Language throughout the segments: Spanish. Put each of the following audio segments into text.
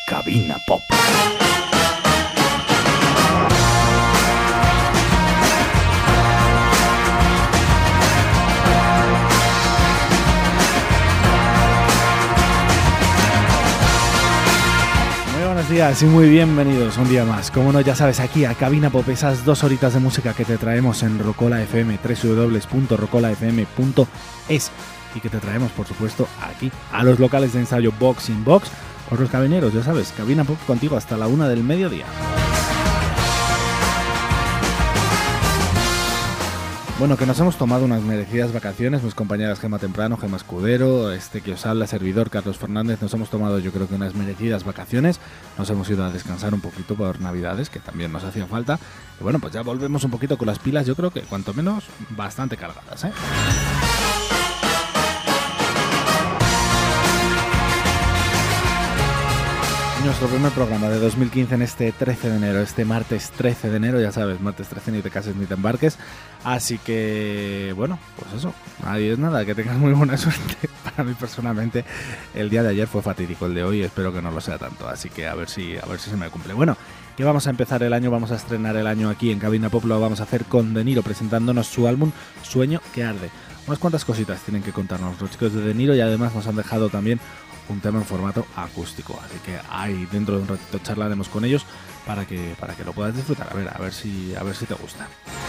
Cabina Pop. Buenos días y muy bienvenidos un día más. Como no, ya sabes, aquí a Cabina Pop, esas 2 horitas de música que te traemos en Rocola FM, www.rocolafm.es, y que te traemos, por supuesto, aquí a los locales de ensayo Box in Box por los cabineros, ya sabes, Cabina Pop contigo hasta la 1 del mediodía. Bueno, que nos hemos tomado unas merecidas vacaciones, mis compañeras Gemma Temprano, Gemma Escudero, que os habla, servidor Carlos Fernández, nos hemos tomado yo creo que unas merecidas vacaciones, nos hemos ido a descansar un poquito por Navidades, que también nos hacía falta, y bueno, pues ya volvemos un poquito con las pilas, yo creo que cuanto menos bastante cargadas, Nuestro primer programa de 2015 en este 13 de enero, este martes 13 de enero, ya sabes, martes 13 ni te cases ni te embarques, así que, bueno, pues eso, ahí es nada, que tengas muy buena suerte. Para mí personalmente el día de ayer fue fatídico, el de hoy espero que no lo sea tanto, así que a ver si se me cumple. Bueno, que vamos a empezar el año, vamos a estrenar el año aquí en Cabina Pop, lo vamos a hacer con De Niro presentándonos su álbum Sueño que Arde. Unas cuantas cositas tienen que contarnos los chicos de De Niro y además nos han dejado también un tema en formato acústico, así que ahí dentro de un ratito charlaremos con ellos para que lo puedas disfrutar, a ver si te gusta.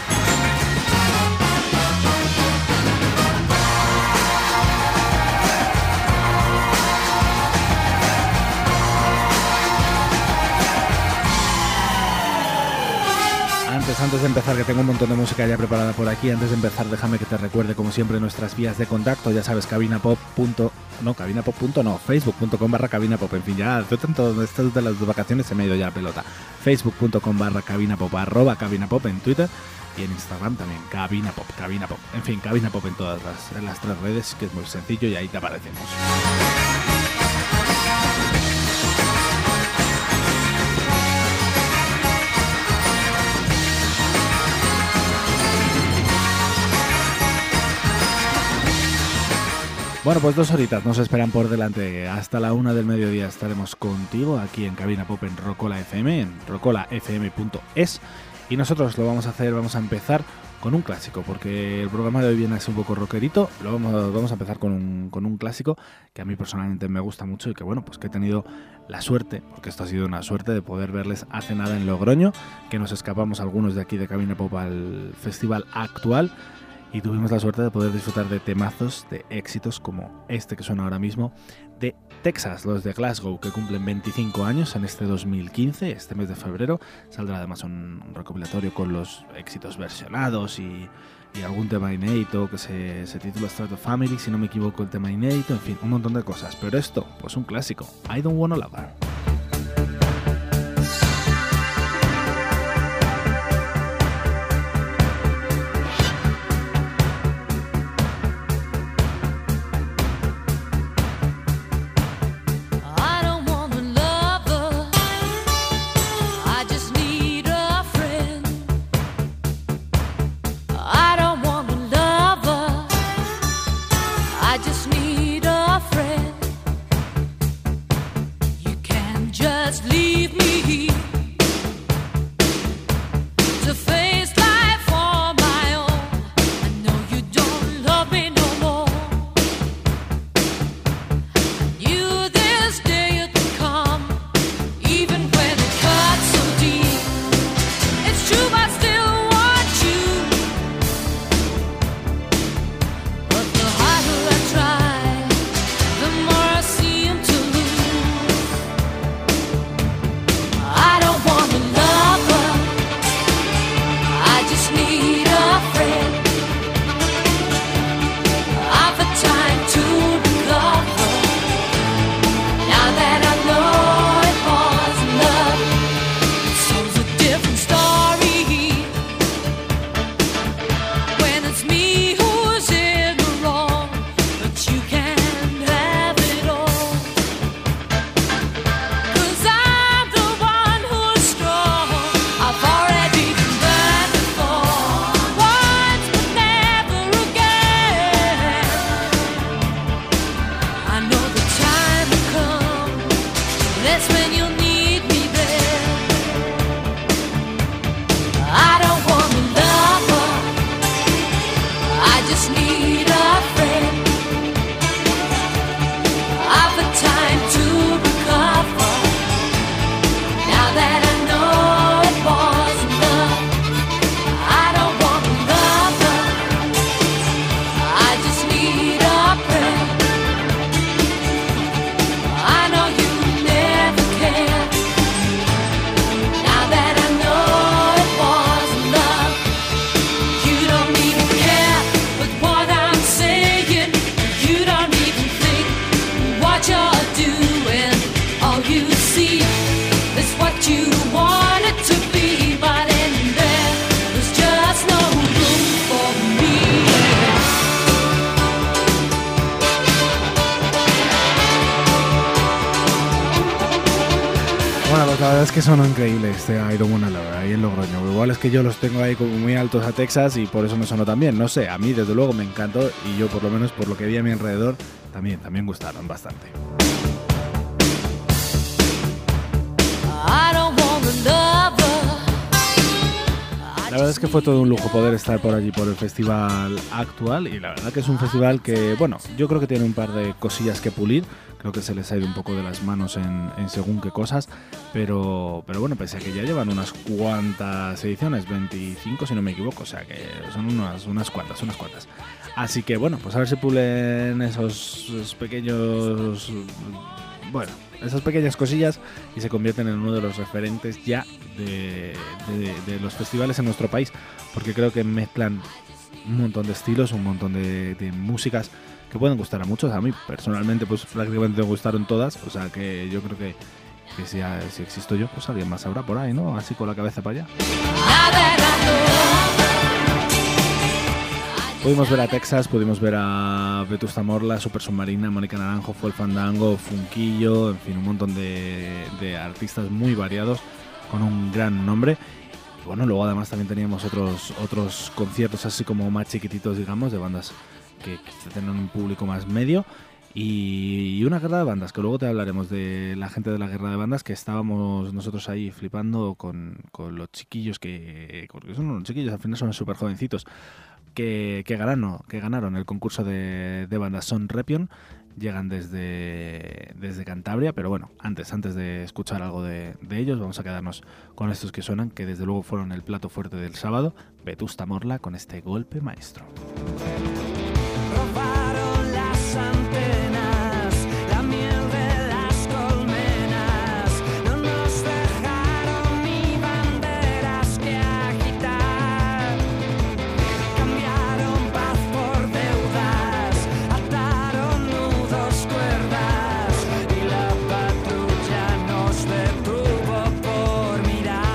Antes de empezar, que tengo un montón de música ya preparada por aquí, antes de empezar déjame que te recuerde como siempre nuestras vías de contacto, ya sabes, facebook.com/cabinapop, en fin, ya de tanto estas de las vacaciones se me ha ido ya la pelota, facebook.com/cabinapop, @cabinapop en Twitter y en Instagram también, cabinapop, en fin, cabinapop en todas las 3 redes, que es muy sencillo y ahí te aparecemos. Bueno, pues 2 horitas nos esperan por delante. Hasta la 1 del mediodía estaremos contigo aquí en Cabina Pop en Rocola FM, en rocolafm.es. Y nosotros vamos a empezar con un clásico, porque el programa de hoy viene así un poco rockerito. Vamos a empezar con un clásico que a mí personalmente me gusta mucho y que bueno, pues que he tenido la suerte, porque esto ha sido una suerte, de poder verles hace nada en Logroño, que nos escapamos algunos de aquí de Cabina Pop al Festival Actual. Y tuvimos la suerte de poder disfrutar de temazos, de éxitos como este que suena ahora mismo, de Texas, los de Glasgow, que cumplen 25 años en este 2015, este mes de febrero. Saldrá además un recopilatorio con los éxitos versionados y algún tema inédito que se titula Start of Family, si no me equivoco, el tema inédito, en fin, un montón de cosas. Pero esto, pues un clásico, I Don't Wanna Love Her. I just need a friend. You can Bueno, pues la verdad es que sonó increíble este I Don't Wanna Love ahí en Logroño. Igual es que yo los tengo ahí como muy altos a Texas y por eso me sonó tan bien. No sé, a mí desde luego me encantó y yo por lo menos por lo que vi a mi alrededor también gustaron bastante. La verdad es que fue todo un lujo poder estar por allí por el festival actual y la verdad que es un festival que, bueno, yo creo que tiene un par de cosillas que pulir. Creo que se les ha ido un poco de las manos en según qué cosas, pero bueno, pese a que ya llevan unas cuantas ediciones, 25 si no me equivoco, o sea que son unas cuantas. Así que bueno, pues a ver si pulen esos pequeños, bueno, esas pequeñas cosillas y se convierten en uno de los referentes ya de los festivales en nuestro país, porque creo que mezclan un montón de estilos, un montón de músicas que pueden gustar a muchos. A mí personalmente pues prácticamente me gustaron todas, o sea que yo creo que si existo yo, pues alguien más habrá por ahí, ¿no? Así con la cabeza para allá. Pudimos ver a Texas, pudimos ver a Vetusta Morla, Super Submarina, Mónica Naranjo, Fue el Fandango, Funquillo, en fin, un montón de artistas muy variados con un gran nombre. Y bueno, luego además también teníamos otros conciertos así como más chiquititos, digamos, de bandas que tienen un público más medio y una guerra de bandas, que luego te hablaremos de la gente de la guerra de bandas, que estábamos nosotros ahí flipando con los chiquillos, porque son unos chiquillos, al final son súper jovencitos, que ganaron el concurso de bandas. Son Repion, llegan desde Cantabria, pero bueno, antes de escuchar algo de ellos, vamos a quedarnos con estos que suenan, que desde luego fueron el plato fuerte del sábado. Vetusta Morla con este Golpe Maestro. Robaron las antenas, la miel de las colmenas, no nos dejaron ni banderas que agitar. Cambiaron paz por deudas, ataron nudos, cuerdas y la patrulla nos detuvo por mirar.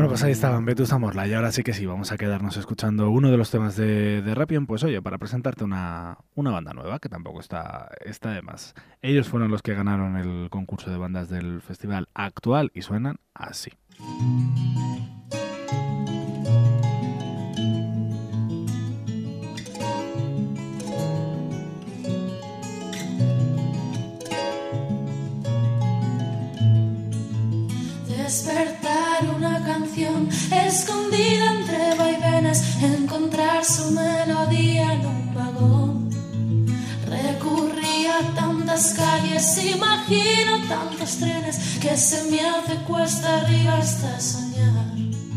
Bueno, pues ahí estaban Vetus Amorla, y ahora sí que sí, vamos a quedarnos escuchando uno de los temas de Rapion, pues oye, para presentarte una banda nueva, que tampoco está de más. Ellos fueron los que ganaron el concurso de bandas del festival actual y suenan así. Despertar una canción escondida entre vaivenes, encontrar su melodía en un vagón. Recurrí a tantas calles, imagino tantos trenes que se me hace cuesta arriba hasta soñar.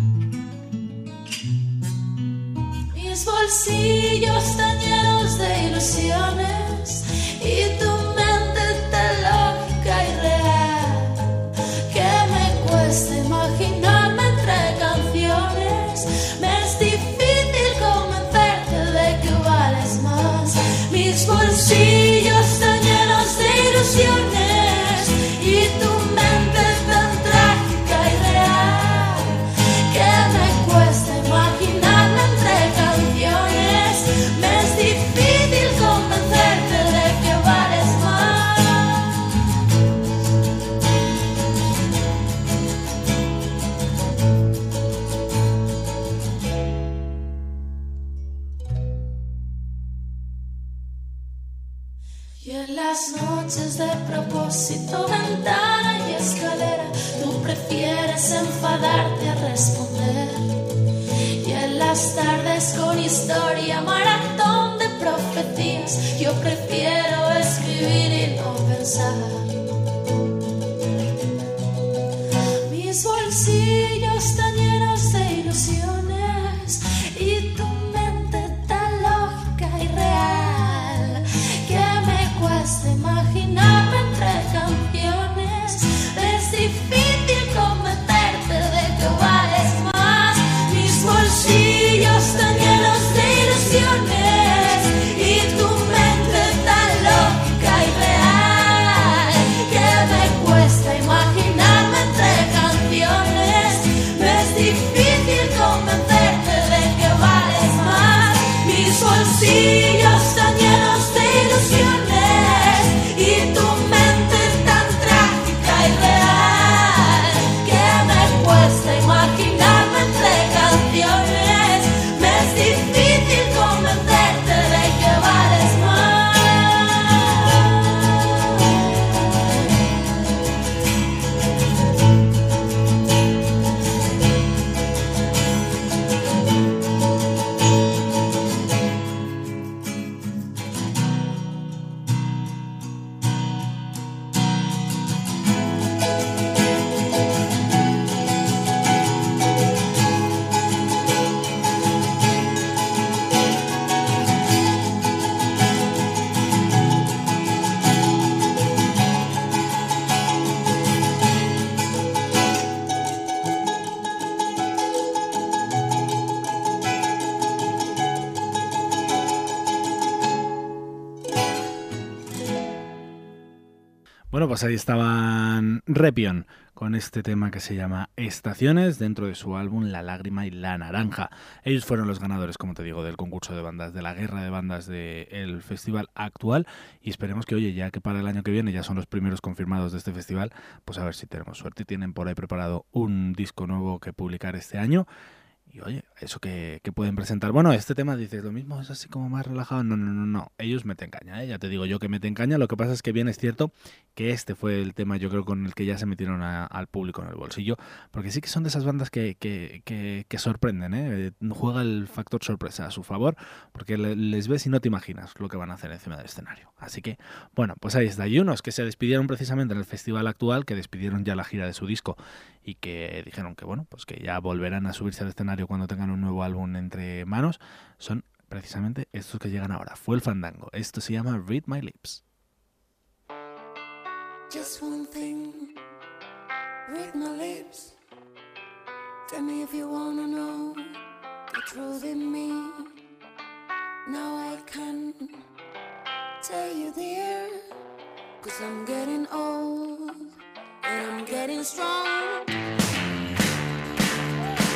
Mis bolsillos están llenos de ilusiones y tu mente tan lógica y real que me cuesta imaginarme entre canciones. Me es difícil convencerte de que vales más. Mis bolsillos están llenos de ilusiones y tu mente tan trágica y real que me cuesta imaginarme entre canciones. Me es difícil convencerte de que vales más. Y en las noches de propósito, ventana y escalera, tú prefieres enfadarte a responder. Y en las tardes con historia, maratón de profecías, yo prefiero escribir y no pensar. Mis bolsillos están llenos de ilusiones y tu mente tan lógica y real que me cuesta imaginarme entre canciones. Es difícil convencerte de que vales más. Mis bolsillos están llenos de ilusiones y tu mente tan lógica y real que me cuesta imaginarme entre canciones. Me es difícil convencerte de que vales más. Mis bolsillos están llenos de ilusiones y tu mente tan trágica y real que me cuesta imaginarme entre canciones. Me es difícil convencerte de que vales más. Bueno, pues ahí estaban Rapion con este tema que se llama Estaciones dentro de su álbum La Lágrima y la Naranja. Ellos fueron los ganadores, como te digo, del concurso de bandas, de la guerra de bandas del festival actual, y esperemos que, oye, ya que para el año que viene ya son los primeros confirmados de este festival, pues a ver si tenemos suerte y tienen por ahí preparado un disco nuevo que publicar este año. Y oye, eso que pueden presentar. Bueno, este tema dices, lo mismo es así como más relajado. No. Ellos meten caña, ¿eh? Ya te digo yo que meten caña. Lo que pasa es que bien es cierto que este fue el tema, yo creo, con el que ya se metieron al público en el bolsillo. Porque sí que son de esas bandas que sorprenden, ¿eh? Juega el factor sorpresa a su favor, porque les ves y no te imaginas lo que van a hacer encima del escenario. Así que, bueno, pues ahí está. Y unos que se despidieron precisamente en el festival actual, que despidieron ya la gira de su disco y que dijeron que, bueno, pues que ya volverán a subirse al escenario cuando tengan un nuevo álbum entre manos, son precisamente estos que llegan ahora. Fue el Fandango. Esto se llama Read My Lips. Just one thing, read my lips. Tell me if you wanna know the truth in me. Now I can tell you, dear, 'cause I'm getting old and I'm getting strong.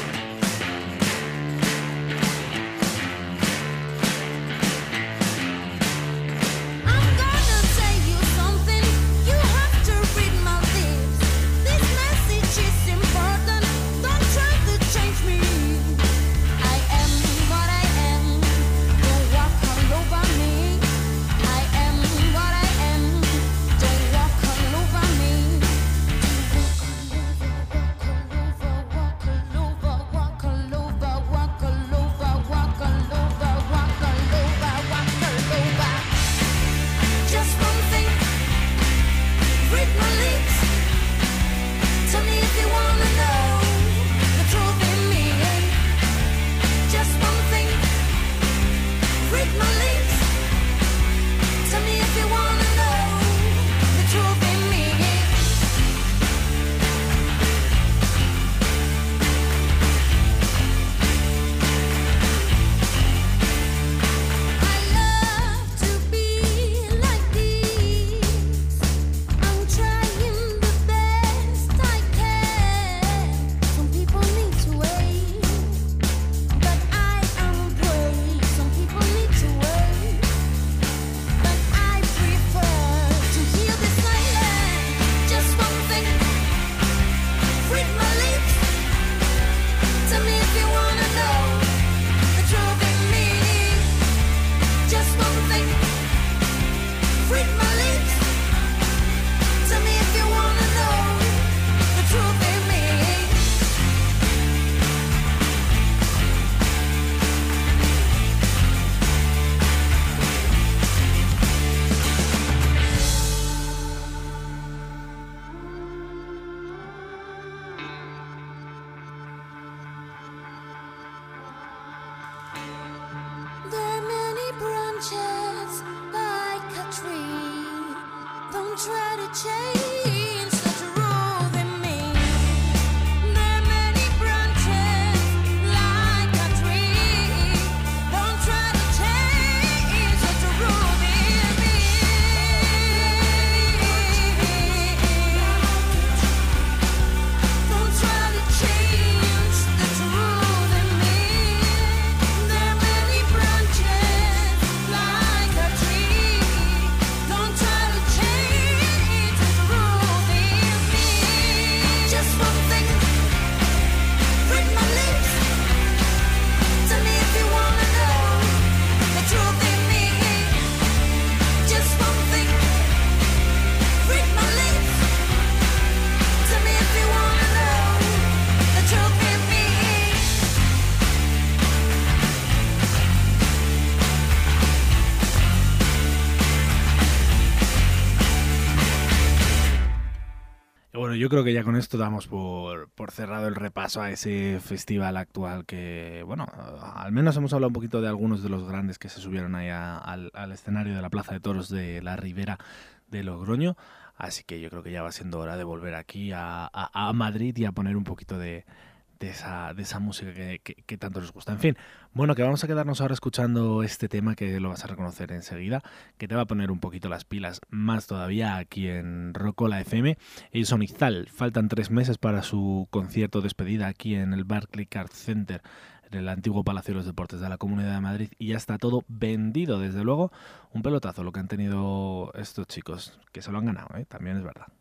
creo que ya con esto damos por cerrado el repaso a ese festival actual que, bueno, al menos hemos hablado un poquito de algunos de los grandes que se subieron ahí al escenario de la Plaza de Toros de la Ribera de Logroño. Así que yo creo que ya va siendo hora de volver aquí a Madrid y a poner un poquito de esa música que tanto les gusta. En fin, bueno, que vamos a quedarnos ahora escuchando este tema que lo vas a reconocer enseguida, que te va a poner un poquito las pilas más todavía aquí en Rocola FM. Ellos son Izal, faltan 3 meses para su concierto despedida aquí en el Barclaycard Center, en el antiguo Palacio de los Deportes de la Comunidad de Madrid, y ya está todo vendido, desde luego. Un pelotazo lo que han tenido estos chicos, que se lo han ganado, también es verdad.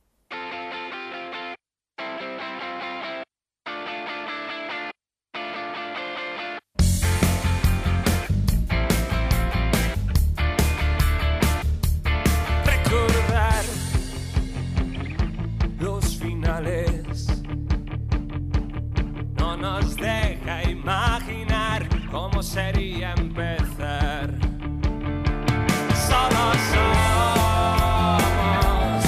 No nos deja imaginar cómo sería empezar. Solo somos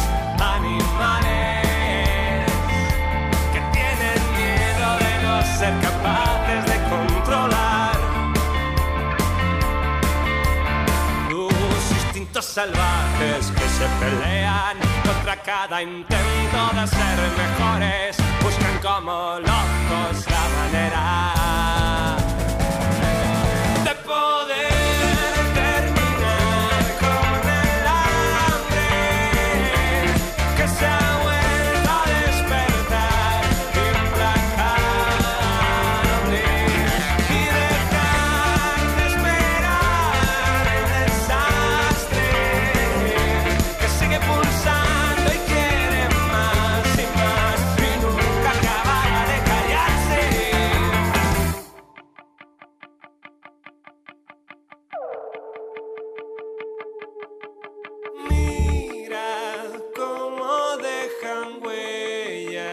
animales que tienen miedo de no ser capaces de controlar sus instintos salvajes que se pelean contra cada intento de ser mejores. Buscan como locos la manera de poder terminar con el hambre que se ha vuelto a despertar implacable y dejar de esperar el desastre que sigue pulsando y quiere más y más y nunca acabará de callarse. Mira cómo dejan huella.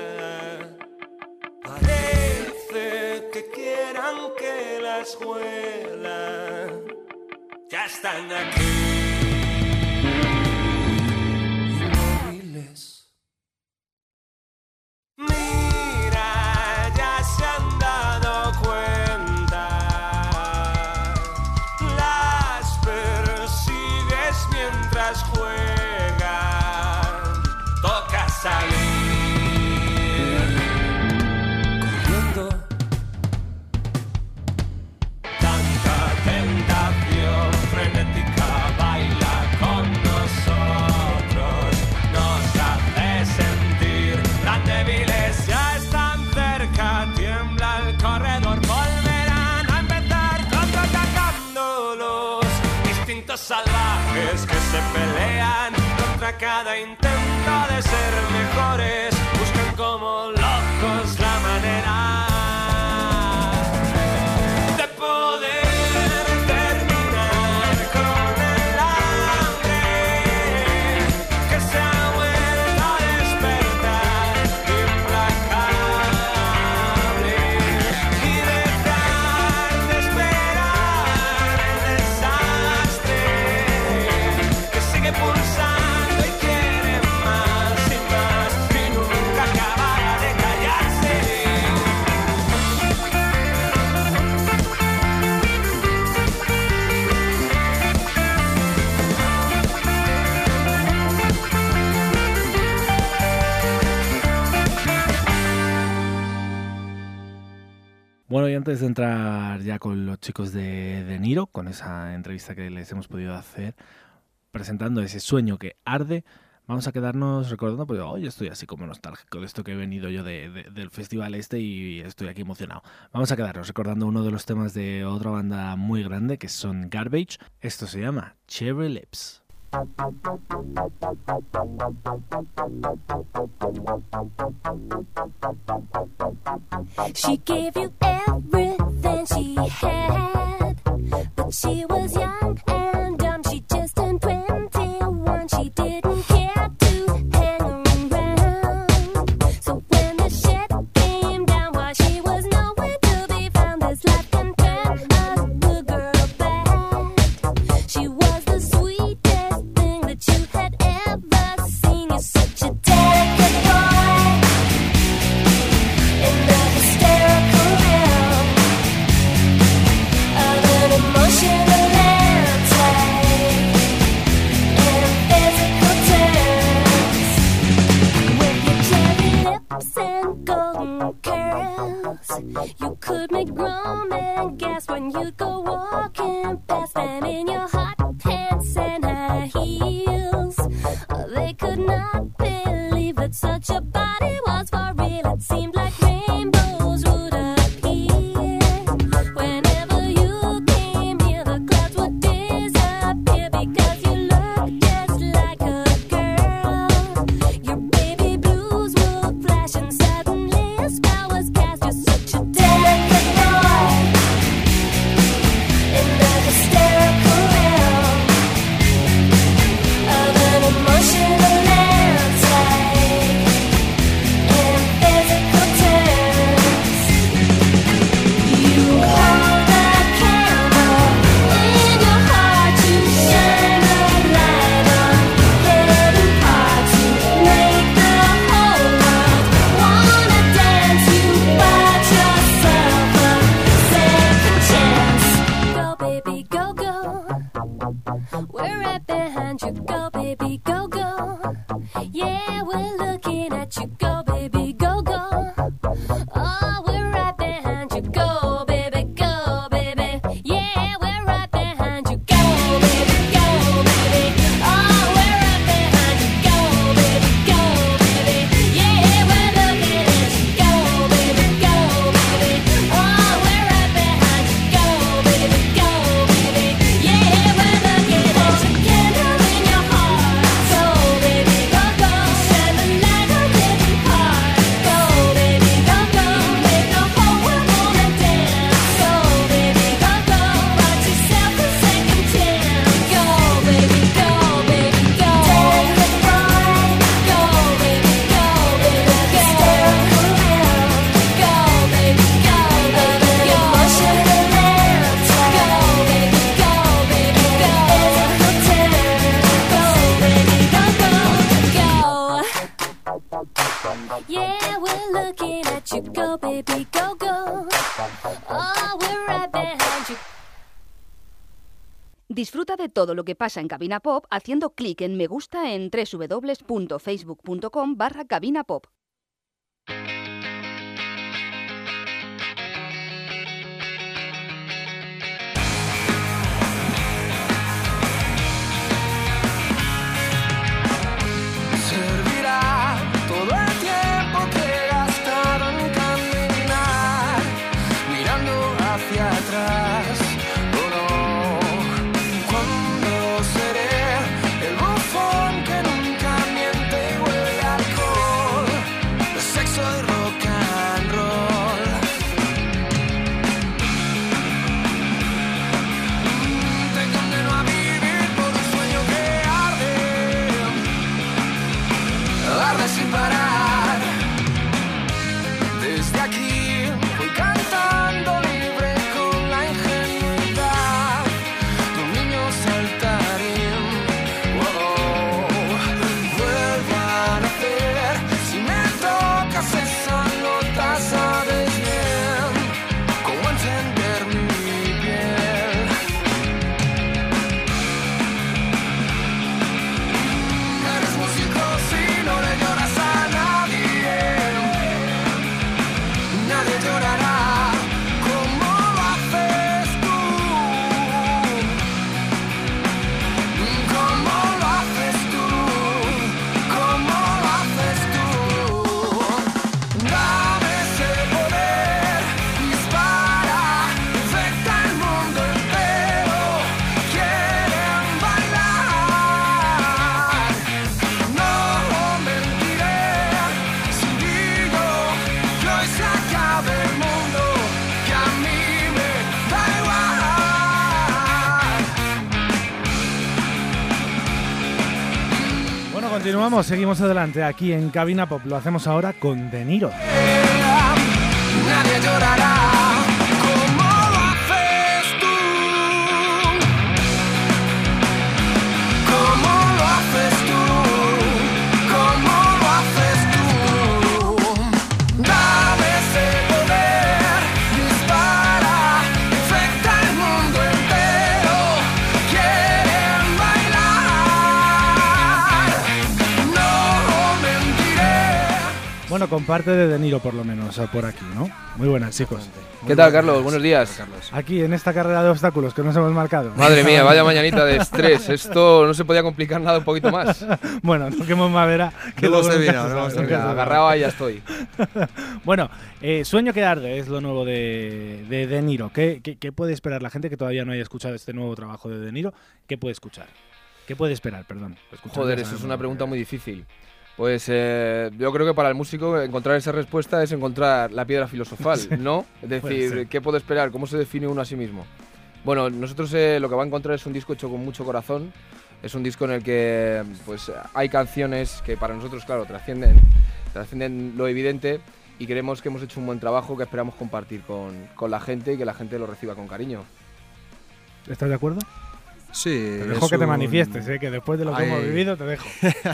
Parece que quieran que las huelan. Ya están aquí. Inmóviles. Mira, ya se han dado cuenta. Las persigues mientras juegan. Toca salir corriendo. Tanta tentación frenética baila con nosotros. Nos hace sentir tan débiles. Ya están cerca, tiembla el corredor. Volverán a empezar contraatacando los instintos salvajes que se pelean contra cada intento de ser mejores. Buscan como locos la manera de poder terminar con el hambre que se ha vuelto a despertar implacable y dejar de esperar el desastre que sigue pulsando y quiere más y más y nunca acabará de callarse. Bueno, y antes de entrar ya con los chicos de Niro, con esa entrevista que les hemos podido hacer, presentando ese sueño que arde, vamos a quedarnos recordando, porque hoy estoy así como nostálgico de esto que he venido yo del festival este y estoy aquí emocionado. Vamos a quedarnos recordando uno de los temas de otra banda muy grande que son Garbage. Esto se llama Cherry Lips. She gave you everything she had, but she was young and dumb. She just turned 21. She didn't care to hang around. So when the shit came down, while she was nowhere to be found, this life can turn a good girl bad. She was the sweetest thing that you had ever seen. You're such a delicate boy. and golden curls. You could make grown men gasp when you go walking past, and in your hot pants and high heels, they could not believe that such a body was for real. It seemed like rainbows would appear whenever you came near. The clouds would disappear because you looked just like a girl. Your baby blues would flash and suddenly a spell was cast. You're such a delicate boy in the hysterical realm of an emotional landscape in physical terms. You hold a candle in your heart to shine a light on hidden parts. You make the whole world wanna dance. You bought yourself a second chance. Go baby, go go. We're right behind you. Go baby, go go. Yeah, we're looking at you. Go baby, go go. Oh, we're right behind you. Go baby, go baby. Yeah, we're right behind you. Go baby, go baby. Oh, we're right behind you. Go baby, go baby. Yeah, we're looking at you. Go baby, go baby. Oh, we're right behind you. Go baby, go baby. Yeah, we're looking at you. Candle in your heart. Go baby, go go. Shine the light on hidden parts. Go baby, go go. Make the whole world wanna dance. Go baby, go go. Bought yourself a second chance. Go baby, go baby, go. Delicate boy. Go baby, go baby, go. Hysterical realm. Go baby, go baby, go. Emotional landscape. Go baby, go baby, go. Physical terms. Go baby, go go, go. Yeah, we're looking at you. Go baby, go go. Oh, we're right behind you. Disfruta de todo lo que pasa en Cabina Pop haciendo clic en me gusta en www.facebook.com/cabinapop. Servirá todo el tiempo que he gastado en caminar, mirando hacia atrás. Oh no, ¿cuándo seré el bufón que nunca miente y huele a alcohol, sexo y rock and roll? Te condeno a vivir por un sueño que arde sin parar. Desde aquí voy cantando libre con la ingenuidad de un niño saltarín. Vuelvo a nacer. Si me tocas esa nota, sabes bien cómo encender mi piel. Eres músico si no le lloras a nadie. Nadie llorará como lo haces tú. Como lo haces tú. Como lo haces tú. Dame ese poder. Dispara. Infecta el mundo entero. Quieren bailar. No mentiré si digo que hoy se acabe el mundo, que a mí me da igual. Bueno, continuamos, seguimos adelante aquí en Cabina Pop. Lo hacemos ahora con De Niro. Nadie llorará como lo haces tú. Como lo haces tú. Como lo haces tú. Dame ese poder. Dispara. Infecta el mundo entero. Quieren bailar. No mentiré. Bueno, bueno, con parte de De Niro por lo menos, por aquí, ¿no? Muy buenas, chicos. ¿Qué tal, Carlos? Buenos días. Aquí, en esta carrera de obstáculos que nos hemos marcado. Madre mía, vaya mañanita de estrés. Esto no se podía complicar nada un poquito más. Bueno, toquemos madera. Que No hemos luego terminado, nunca no hemos se sabe. Venga, agarrado ahí ya estoy. Bueno, Sueño que arde es lo nuevo de Niro. ¿Qué puede esperar la gente que todavía no haya escuchado este nuevo trabajo de Niro? ¿Qué puede escuchar? ¿Qué puede esperar, perdón? Escuchar, Joder, ya eso es sabemos una lo pregunta que- muy difícil. Pues yo creo que para el músico encontrar esa respuesta es encontrar la piedra filosofal, ¿no? Es Puede decir, ser. ¿qué puedo esperar? ¿Cómo se define uno a sí mismo? Bueno, nosotros lo que va a encontrar es un disco hecho con mucho corazón. Es un disco en el que pues hay canciones que para nosotros, claro, trascienden lo evidente y creemos que hemos hecho un buen trabajo que esperamos compartir con la gente y que la gente lo reciba con cariño. ¿Estás de acuerdo? Sí. Te dejo es que te un- manifiestes, que después de lo que Hay- hemos vivido te dejo.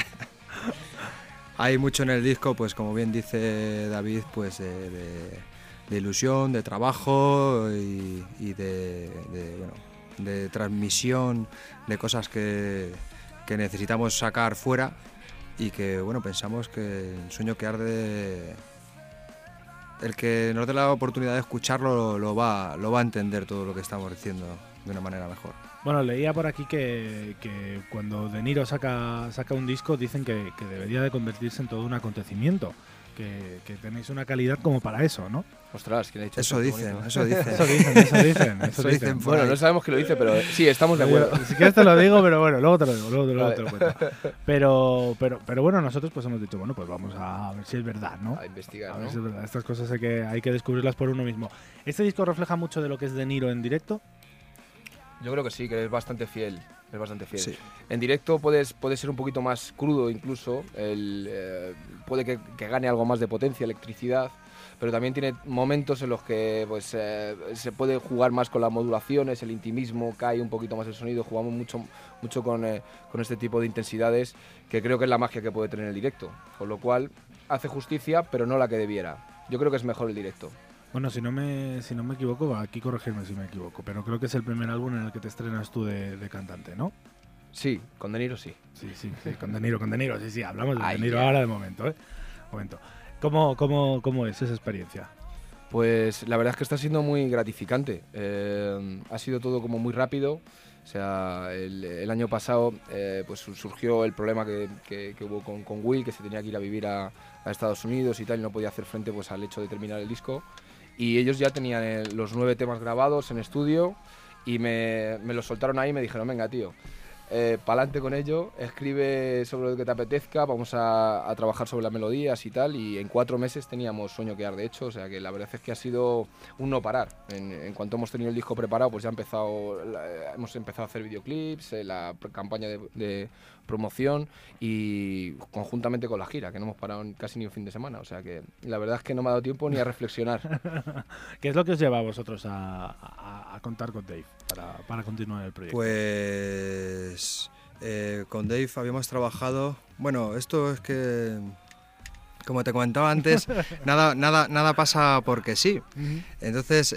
Hay mucho en el disco, pues como bien dice David, pues de ilusión, de trabajo y de transmisión de cosas que necesitamos sacar fuera y que, bueno, pensamos que el sueño que arde, el que nos dé la oportunidad de escucharlo lo va a entender todo lo que estamos diciendo de una manera mejor. Bueno, leía por aquí que cuando De Niro saca un disco dicen que debería de convertirse en todo un acontecimiento. Que tenéis una calidad como para eso, ¿no? Ostras, ¿quién ha dicho Eso Qué dicen, bonito. eso dicen. Eso dicen. Eso dicen por Bueno, ahí. no sabemos que lo dice, pero sí, estamos de acuerdo. Si quieres te lo digo, pero bueno, luego te lo digo, luego Vale. te lo cuento. Pero bueno, nosotros pues hemos dicho, bueno, pues vamos a ver si es verdad, ¿no? A investigar, A ver ¿no? si es verdad. Estas cosas hay que descubrirlas por uno mismo. ¿Este disco refleja mucho de lo que es De Niro en directo? Yo creo que sí, que es bastante fiel. Es bastante fiel. Sí. En directo puede ser un poquito más crudo incluso, puede que gane algo más de potencia, electricidad, pero también tiene momentos en los que pues, se puede jugar más con las modulaciones, el intimismo, cae un poquito más el sonido, jugamos mucho con este tipo de intensidades, que creo que es la magia que puede tener el directo, con lo cual hace justicia, pero no la que debiera. Yo creo que es mejor el directo. Bueno, si no me equivoco, aquí corregirme si me equivoco, pero creo que es el primer álbum en el que te estrenas tú de cantante, ¿no? Sí, con De Niro sí. Sí, con De Niro, sí, hablamos de Ay, De Niro ya. ahora de momento, ¿eh? Momento. ¿Cómo es esa experiencia? Pues la verdad es que está siendo muy gratificante. Ha sido todo como muy rápido. O sea, el año pasado pues surgió el problema que hubo con Will, que se tenía que ir a vivir a Estados Unidos y tal, y no podía hacer frente pues, al hecho de terminar el disco. Y ellos ya tenían los 9 temas grabados en estudio y me los soltaron ahí y me dijeron, venga, tío, pa'lante con ello, escribe sobre lo que te apetezca, vamos a trabajar sobre las melodías y tal, y en 4 meses teníamos Sueño que arde hecho, o sea que la verdad es que ha sido un no parar. En cuanto hemos tenido el disco preparado, pues ya hemos empezado a hacer videoclips, la campaña de promoción y conjuntamente con la gira, que no hemos parado casi ni un fin de semana, o sea que la verdad es que no me ha dado tiempo ni a reflexionar. ¿Qué es lo que os lleva a vosotros a contar con Dave para continuar el proyecto? Pues con Dave habíamos trabajado. Bueno, esto es que, como te comentaba antes, nada pasa porque sí. Entonces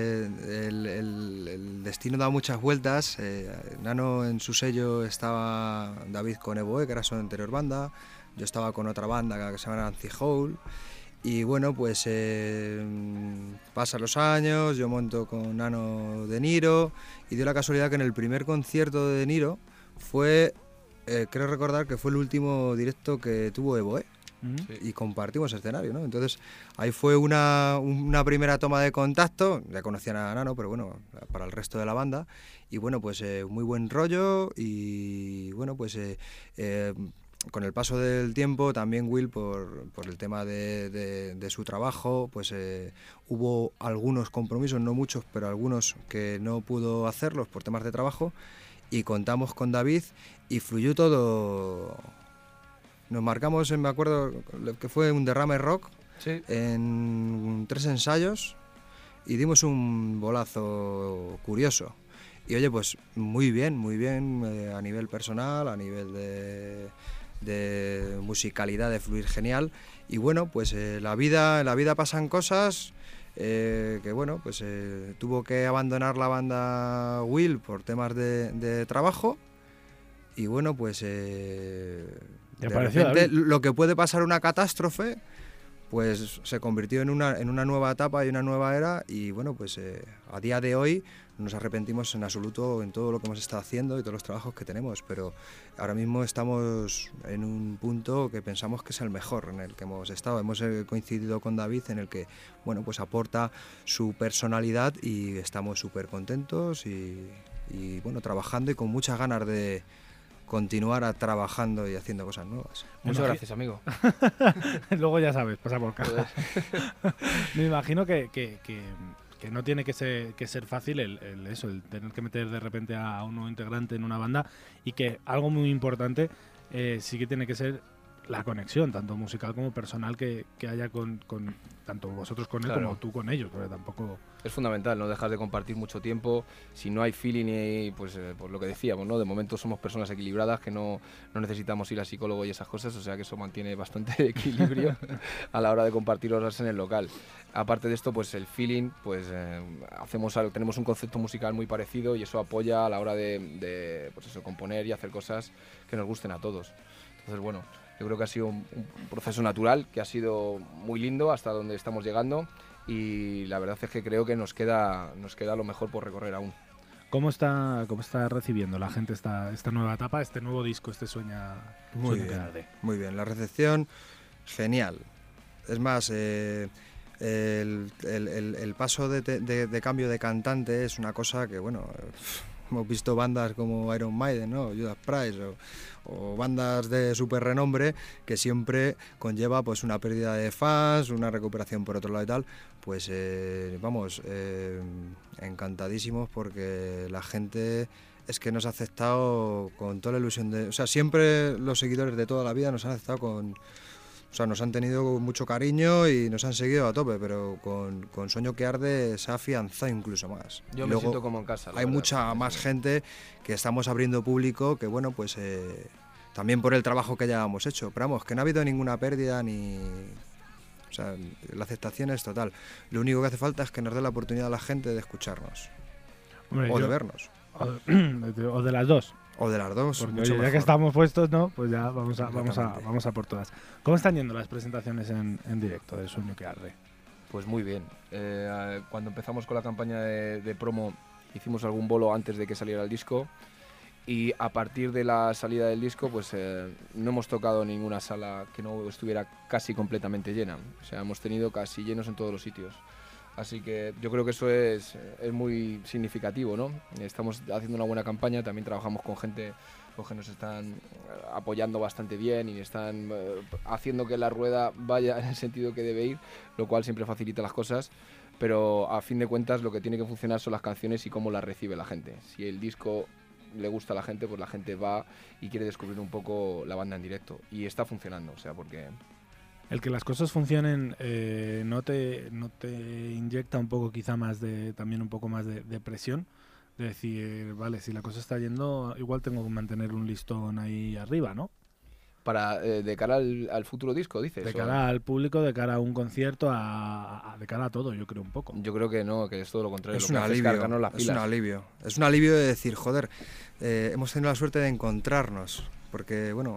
el destino da muchas vueltas. Nano en su sello estaba David con Evoe, que era su anterior banda. Yo estaba con otra banda que se llama Nancy Hole. Y bueno, pues pasan los años, yo monto con Nano De Niro y dio la casualidad que en el primer concierto de De Niro fue, creo recordar que fue el último directo que tuvo Evoe y compartimos escenario, ¿no? Entonces ahí fue una primera toma de contacto, ya conocían a Nano, pero bueno, para el resto de la banda, y bueno, pues muy buen rollo y bueno, pues... con el paso del tiempo, también Will, por el tema de su trabajo, pues hubo algunos compromisos, no muchos, pero algunos que no pudo hacerlos por temas de trabajo, y contamos con David y fluyó todo. Nos marcamos, me acuerdo, que fue un derrame rock Sí. en 3 ensayos y dimos un bolazo curioso. Y oye, pues muy bien, a nivel personal, a nivel de musicalidad, de fluir genial. Y bueno, pues en la vida pasan cosas que bueno, pues tuvo que abandonar la banda Will por temas de trabajo. Y bueno, pues de apareció repente David. lo que puede pasar una catástrofe, pues se convirtió en una nueva etapa y una nueva era, y bueno, pues a día de hoy no nos arrepentimos en absoluto en todo lo que hemos estado haciendo y todos los trabajos que tenemos, pero ahora mismo estamos en un punto que pensamos que es el mejor en el que hemos estado. Hemos coincidido con David en el que, bueno, pues aporta su personalidad y estamos súper contentos y bueno, trabajando y con muchas ganas de continuar trabajando y haciendo cosas nuevas. Muchas gracias, amigo. Luego ya sabes, pasa por casa. Me imagino que no tiene que ser fácil el tener que meter de repente a un nuevo integrante en una banda, y que algo muy importante sí que tiene que ser la conexión, tanto musical como personal, que haya con tanto vosotros con él como tú con ellos, porque tampoco... Es fundamental, no dejas de compartir mucho tiempo. Si no hay feeling, pues lo que decíamos, ¿no? De momento somos personas equilibradas, que no necesitamos ir al psicólogo y esas cosas, o sea que eso mantiene bastante equilibrio a la hora de compartir horas en el local. Aparte de esto, pues el feeling, pues tenemos un concepto musical muy parecido, y eso apoya a la hora de pues eso, componer y hacer cosas que nos gusten a todos. Entonces, bueno, yo creo que ha sido un proceso natural, que ha sido muy lindo hasta donde estamos llegando, y la verdad es que creo que nos queda lo mejor por recorrer aún. ¿Cómo está recibiendo la gente esta nueva etapa, este nuevo disco, este Sueña que Arde? Muy bien, la recepción, genial. Es más, el paso de cambio de cantante es una cosa que, bueno, hemos visto bandas como Iron Maiden, ¿no? Judas Priest o bandas de súper renombre, que siempre conlleva pues una pérdida de fans, una recuperación por otro lado y tal. Pues encantadísimos, porque la gente es que nos ha aceptado con toda la ilusión o sea, siempre los seguidores de toda la vida nos han aceptado o sea, nos han tenido mucho cariño y nos han seguido a tope, pero con Sueño que Arde se ha afianzado incluso más. Yo me siento como en casa. Hay mucha más gente que estamos abriendo público, que bueno, pues también por el trabajo que ya hemos hecho. Pero vamos, que no ha habido ninguna pérdida ni... O sea, la aceptación es total. Lo único que hace falta es que nos dé la oportunidad a la gente de escucharnos. Hombre, de vernos. O de las dos. O de las dos. Porque ya que estamos puestos, ¿no? Pues ya vamos a por todas. ¿Cómo están yendo las presentaciones en directo de Sueño que Arde? Pues muy bien. Cuando empezamos con la campaña de promo, hicimos algún bolo antes de que saliera el disco, y a partir de la salida del disco, pues no hemos tocado ninguna sala que no estuviera casi completamente llena. O sea, hemos tenido casi llenos en todos los sitios. Así que yo creo que eso es muy significativo, ¿no? Estamos haciendo una buena campaña, también trabajamos con gente que nos están apoyando bastante bien y están haciendo que la rueda vaya en el sentido que debe ir, lo cual siempre facilita las cosas, pero a fin de cuentas lo que tiene que funcionar son las canciones y cómo las recibe la gente. Si el disco le gusta a la gente, pues la gente va y quiere descubrir un poco la banda en directo, y está funcionando, o sea, porque... El que las cosas funcionen no te inyecta un poco quizá también un poco más de presión, de decir, vale, si la cosa está yendo, igual tengo que mantener un listón ahí arriba, ¿no? De cara al futuro disco, dices. De cara al público, de cara a un concierto, de cara a todo, yo creo un poco. Yo creo que no, que es todo lo contrario. Es un alivio. Es un alivio de decir, joder, hemos tenido la suerte de encontrarnos, porque, bueno...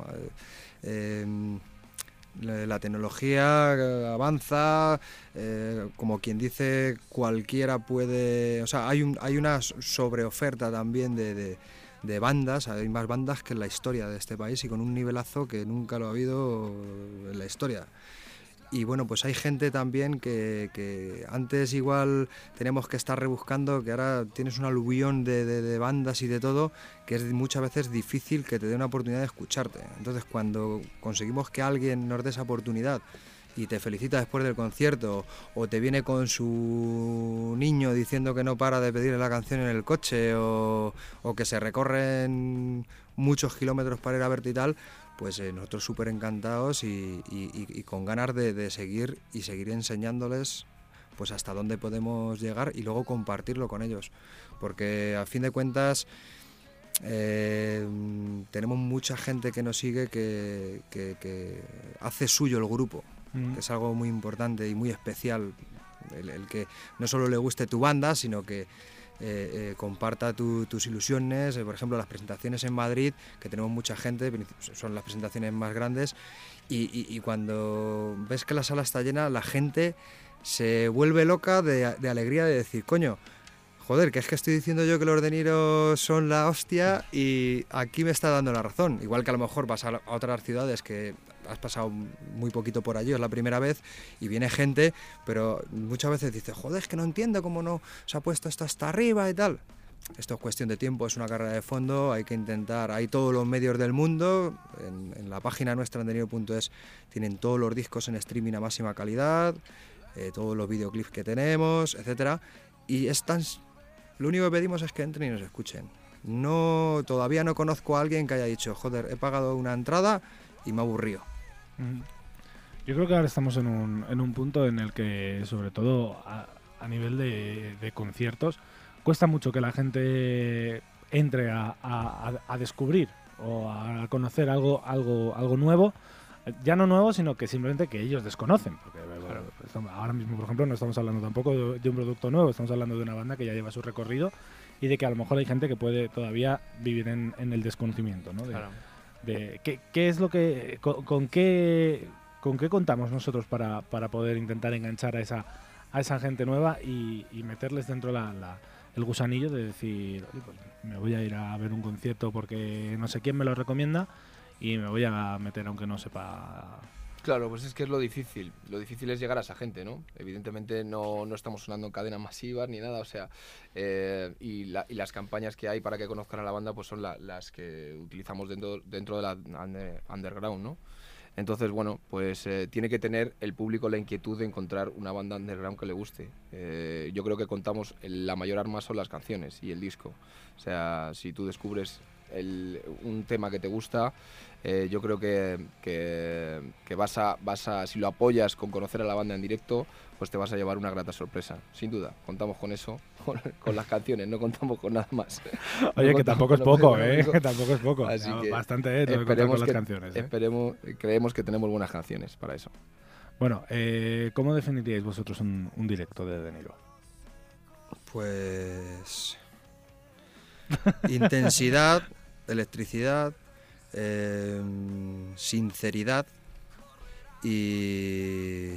la tecnología avanza, como quien dice, cualquiera puede... O sea, hay una sobreoferta también de bandas, hay más bandas que en la historia de este país, y con un nivelazo que nunca lo ha habido en la historia. Y bueno, pues hay gente también que antes igual teníamos que estar rebuscando, que ahora tienes un aluvión de bandas y de todo, que es muchas veces difícil que te dé una oportunidad de escucharte. Entonces, cuando conseguimos que alguien nos dé esa oportunidad y te felicita después del concierto, o te viene con su niño diciendo que no para de pedirle la canción en el coche, o que se recorren muchos kilómetros para ir a verte y tal, pues nosotros súper encantados y con ganas de seguir enseñándoles pues hasta dónde podemos llegar, y luego compartirlo con ellos, porque a fin de cuentas tenemos mucha gente que nos sigue que hace suyo el grupo, que es algo muy importante y muy especial, el que no solo le guste tu banda, sino que comparta tus ilusiones. Por ejemplo, las presentaciones en Madrid, que tenemos mucha gente, son las presentaciones más grandes, y cuando ves que la sala está llena, la gente se vuelve loca de alegría de decir, coño, joder, que es que estoy diciendo yo que los De Niro son la hostia y aquí me está dando la razón. Igual que a lo mejor vas a otras ciudades que has pasado muy poquito por allí, es la primera vez, y viene gente, pero muchas veces dices, joder, es que no entiendo cómo no se ha puesto esto hasta arriba y tal. Esto es cuestión de tiempo, es una carrera de fondo, hay que intentar, hay todos los medios del mundo, en la página nuestra en deniro.es tienen todos los discos en streaming a máxima calidad, todos los videoclips que tenemos, etcétera, y lo único que pedimos es que entren y nos escuchen. Todavía no conozco a alguien que haya dicho, joder, he pagado una entrada y me ha aburrido. Yo creo que ahora estamos en un punto en el que, sobre todo a nivel de conciertos, cuesta mucho que la gente entre a descubrir o a conocer algo nuevo. Ya no nuevo, sino que simplemente que ellos desconocen. Porque claro, ahora mismo, por ejemplo, no estamos hablando tampoco de un producto nuevo, estamos hablando de una banda que ya lleva su recorrido y de que a lo mejor hay gente que puede todavía vivir en el desconocimiento, ¿no? Claro. ¿Qué es lo que con qué contamos nosotros para poder intentar enganchar a esa gente nueva y meterles dentro el gusanillo de decir, oye, pues me voy a ir a ver un concierto porque no sé quién me lo recomienda y me voy a meter aunque no sepa. Claro, pues es que es lo difícil. Lo difícil es llegar a esa gente, ¿no? Evidentemente no estamos sonando en cadenas masivas ni nada, o sea, y las campañas que hay para que conozcan a la banda pues son las que utilizamos dentro de la underground, ¿no? Entonces, bueno, pues tiene que tener el público la inquietud de encontrar una banda underground que le guste. Yo creo que contamos, la mayor arma son las canciones y el disco. O sea, si tú descubres un tema que te gusta, yo creo que vas a, si lo apoyas con conocer a la banda en directo, pues te vas a llevar una grata sorpresa, sin duda. Contamos con eso, con las canciones, no contamos con nada más. Oye, que tampoco es poco, que tampoco es poco. Así que bastante, contar con las canciones. Creemos que tenemos buenas canciones para eso. Bueno, ¿cómo definiríais vosotros un directo de De Niro? Pues intensidad, electricidad, sinceridad y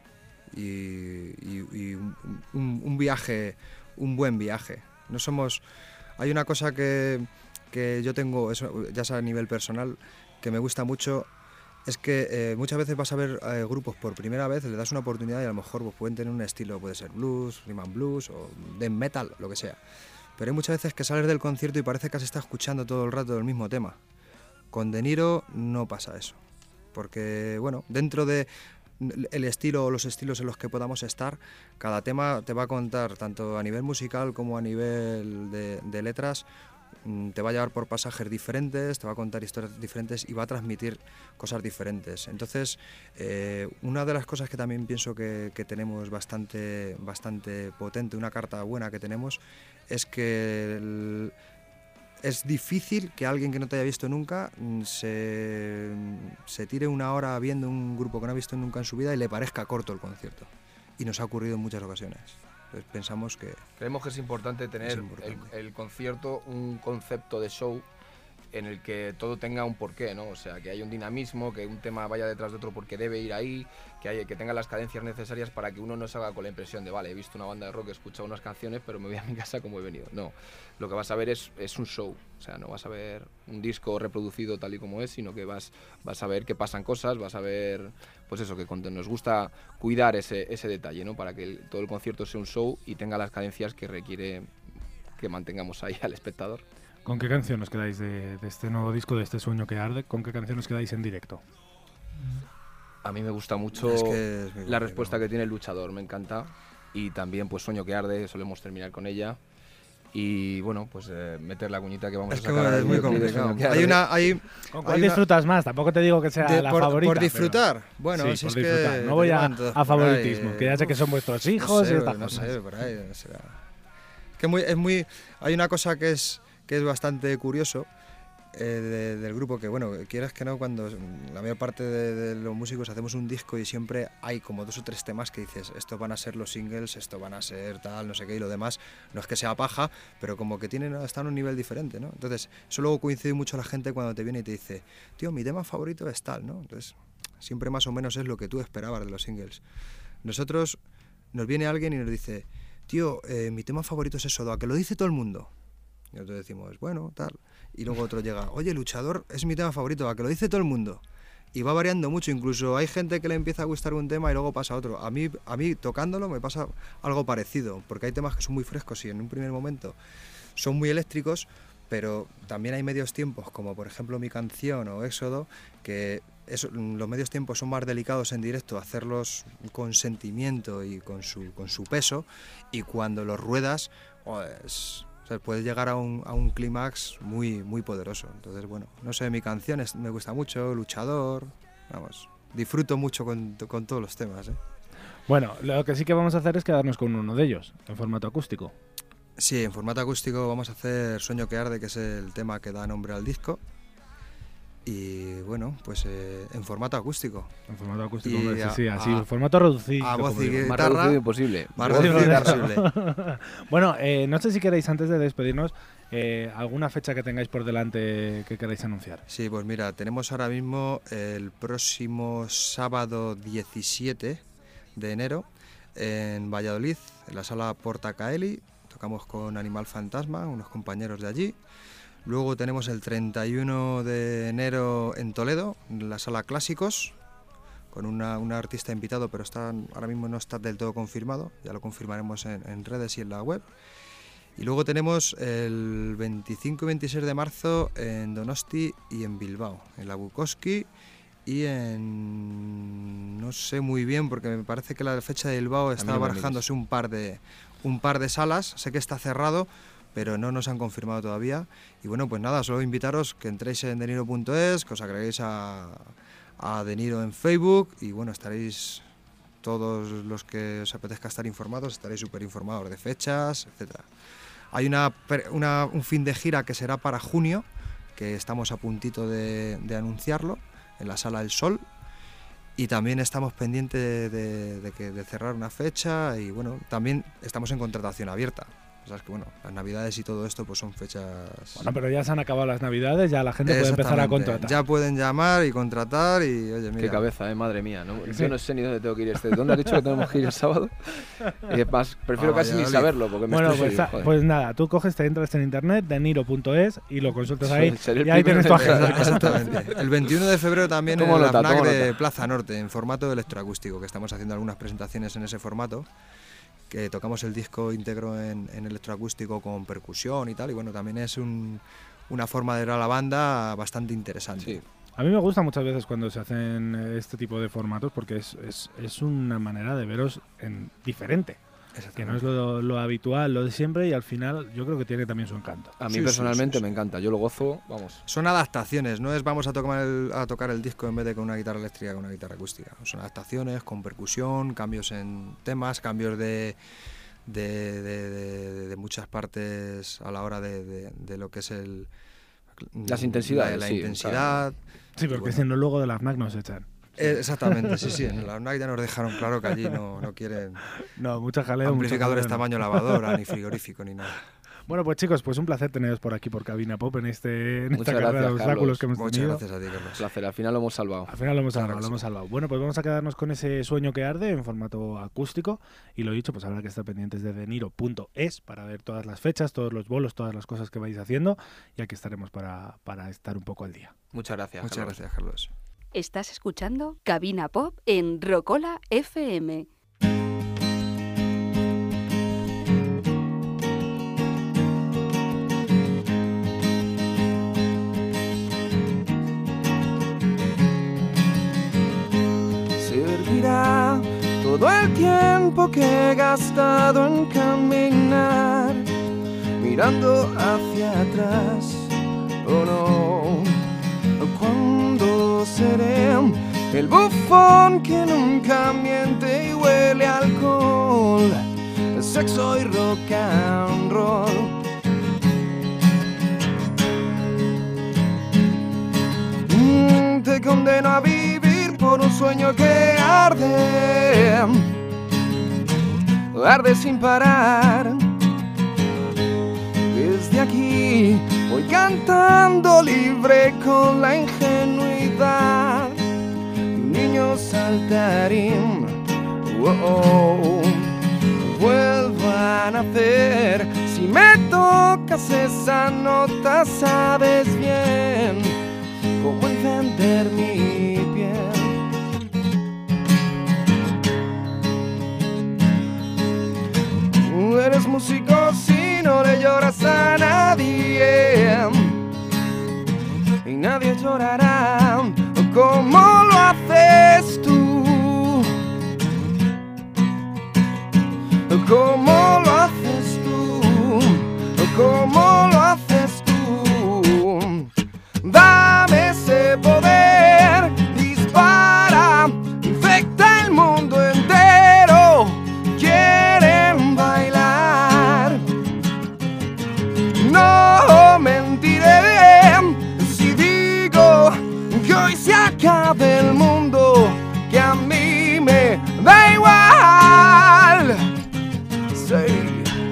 un viaje, un buen viaje. No somos. Hay una cosa que yo tengo, eso ya sea a nivel personal, que me gusta mucho, es que muchas veces vas a ver grupos por primera vez, le das una oportunidad y a lo mejor pues, pueden tener un estilo, puede ser blues, rhythm and blues o death metal, lo que sea. Pero hay muchas veces que sales del concierto y parece que has estado escuchando todo el rato el mismo tema. Con De Niro no pasa eso, porque bueno, dentro de el estilo o los estilos en los que podamos estar, cada tema te va a contar, tanto a nivel musical como a nivel de letras, te va a llevar por pasajes diferentes, te va a contar historias diferentes y va a transmitir cosas diferentes. Entonces, una de las cosas que también pienso que tenemos bastante potente, una carta buena que tenemos, es que es difícil que alguien que no te haya visto nunca se tire una hora viendo un grupo que no ha visto nunca en su vida y le parezca corto el concierto. Y nos ha ocurrido en muchas ocasiones. Entonces creemos que es importante tener el concierto un concepto de show en el que todo tenga un porqué, ¿no? O sea, que haya un dinamismo, que un tema vaya detrás de otro porque debe ir ahí, que tenga las cadencias necesarias para que uno no salga con la impresión de, vale, he visto una banda de rock, he escuchado unas canciones, pero me voy a mi casa como he venido. No, lo que vas a ver es un show, o sea, no vas a ver un disco reproducido tal y como es, sino que vas a ver que pasan cosas, vas a ver, pues eso, que nos gusta cuidar ese detalle, ¿no? Para que todo el concierto sea un show y tenga las cadencias que requiere que mantengamos ahí al espectador. ¿Con qué canción os quedáis de este nuevo disco, de este Sueño que arde? ¿Con qué canción os quedáis en directo? A mí me gusta mucho la respuesta que tiene El Luchador, me encanta. Y también pues Sueño que arde, solemos terminar con ella. Y bueno, pues meter la cuñita que vamos a sacar. Es muy complicado. ¿Con cuál disfrutas más? Tampoco te digo que sea la favorita. Por disfrutar. Pero, bueno, sí, por disfrutar. No voy a favoritismo, que ya sé que son vuestros hijos y estas cosas. No sé, por ahí será. Hay una cosa que es bastante curioso, del grupo, que bueno, quieras que no, cuando la mayor parte de los músicos hacemos un disco y siempre hay como 2 o 3 temas que dices, estos van a ser los singles, esto van a ser tal, no sé qué, y lo demás no es que sea paja, pero como que están a un nivel diferente, ¿no? Entonces, eso luego coincide mucho la gente cuando te viene y te dice, tío, mi tema favorito es tal, ¿no? Entonces, siempre más o menos es lo que tú esperabas de los singles. Nosotros, nos viene alguien y nos dice, tío, mi tema favorito es eso, ¿a que lo dice todo el mundo? Y nosotros decimos, bueno, tal. Y luego otro llega, oye, Luchador es mi tema favorito, ¿a que lo dice todo el mundo? Y va variando mucho, incluso hay gente que le empieza a gustar un tema y luego pasa otro. A mí tocándolo me pasa algo parecido, porque hay temas que son muy frescos y en un primer momento son muy eléctricos, pero también hay medios tiempos, como por ejemplo mi canción o Éxodo, que los medios tiempos son más delicados en directo, hacerlos con sentimiento y con su peso, y cuando los ruedas, pues, o sea, puedes llegar a un clímax muy, muy poderoso. Entonces, bueno, no sé, mi canción me gusta mucho, Luchador, vamos, disfruto mucho con todos los temas, ¿eh? Bueno, lo que sí que vamos a hacer es quedarnos con uno de ellos, en formato acústico. Sí, en formato acústico vamos a hacer Sueño que arde, que es el tema que da nombre al disco. Y bueno, pues en formato acústico. En formato acústico, Y sí, así, en formato reducido. A voz y Más guitarra. reducido imposible. Más reducido imposible. Bueno, no sé si queréis, antes de despedirnos, alguna fecha que tengáis por delante que queráis anunciar. Sí, pues mira, tenemos ahora mismo el próximo sábado 17 de enero en Valladolid, en la sala Porta Caeli. Tocamos con Animal Fantasma, unos compañeros de allí. Luego tenemos el 31 de enero en Toledo, en la sala Clásicos, con una artista invitado, pero ahora mismo no está del todo confirmado, ya lo confirmaremos en redes y en la web. Y luego tenemos el 25 y 26 de marzo en Donosti y en Bilbao, en la Bukowski y en... no sé muy bien, porque me parece que la fecha de Bilbao está barajándose un par de salas, sé que está cerrado, pero no nos han confirmado todavía. Y bueno, pues nada, solo invitaros que entréis en deniro.es, que os agreguéis a Deniro en Facebook, y bueno, estaréis todos los que os apetezca estar informados, estaréis súper informados de fechas, etcétera. Hay un fin de gira que será para junio, que estamos a puntito de anunciarlo, en la Sala del Sol, y también estamos pendientes de cerrar una fecha, y bueno, también estamos en contratación abierta. O sea, es que bueno, las navidades y todo esto pues son fechas... Bueno, pero ya se han acabado las navidades, ya la gente puede empezar a contratar. Ya pueden llamar y contratar y oye, mira... Qué cabeza, madre mía, ¿no? Sí. Yo no sé ni dónde tengo que ir ¿Dónde has dicho que tenemos que ir el sábado? Y además, prefiero casi ni saberlo porque me estoy pues nada, tú coges, te entras en internet, deniro.es y lo consultas ahí y ahí tienes tu agenda. Exactamente. El 21 de febrero también en la FNAC de Plaza Norte, en formato electroacústico, que estamos haciendo algunas presentaciones en ese formato, que tocamos el disco íntegro en electroacústico con percusión y tal, y bueno, también es una forma de ver a la banda bastante interesante. Sí. A mí me gusta muchas veces cuando se hacen este tipo de formatos porque es una manera de veros diferente, que no es lo habitual, lo de siempre, y al final yo creo que tiene también su encanto. A mí personalmente me encanta, yo lo gozo, vamos. Son adaptaciones, no es vamos a tocar el disco en vez de con una guitarra eléctrica con una guitarra acústica. Son adaptaciones con percusión, cambios en temas, cambios de muchas partes a la hora de lo que es las intensidades, la intensidad. Sí, porque si no luego de la FNAC nos echan. Exactamente, sí, en la FNAC ya nos dejaron claro que allí no quieren mucha jaleo, amplificadores tamaño lavadora, ni frigorífico, ni nada. Bueno, pues chicos, pues un placer teneros por aquí por Cabina Pop en esta gracias, carrera de obstáculos que hemos tenido. Muchas gracias a ti, Carlos. Un placer, al final lo hemos salvado. Al final lo hemos salvado. Bueno, pues vamos a quedarnos con ese Sueño que arde en formato acústico, y lo dicho, pues habrá que estar pendientes de deniro.es para ver todas las fechas, todos los bolos, todas las cosas que vais haciendo, y aquí estaremos para estar un poco al día. Muchas gracias, Carlos. Estás escuchando Cabina Pop en Rocola FM. Servirá todo el tiempo que he gastado en caminar, mirando hacia atrás, oh no. ¿Cuándo seré el bufón que nunca miente y huele a alcohol, sexo y rock and roll? condeno a vivir por un sueño que arde, arde sin parar. Desde aquí voy cantando libre con la ingenuidad de un niño saltarín. Vuelvo a nacer. Si me tocas esa nota, sabes bien cómo encender mi piel. Eres músico si no le lloras a nadie, y nadie llorará como lo haces tú, como lo haces tú, como lo haces tú. Dame ese poder, dispara, infecta el mundo entero. Quieren bailar. No mentiré si digo que hoy se acabe el mundo, que a mí me da igual. Sí.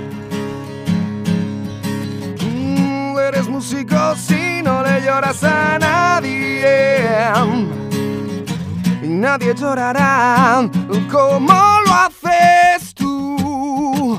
Eres músico si no le lloras a nadie, y nadie llorará como lo haces tú,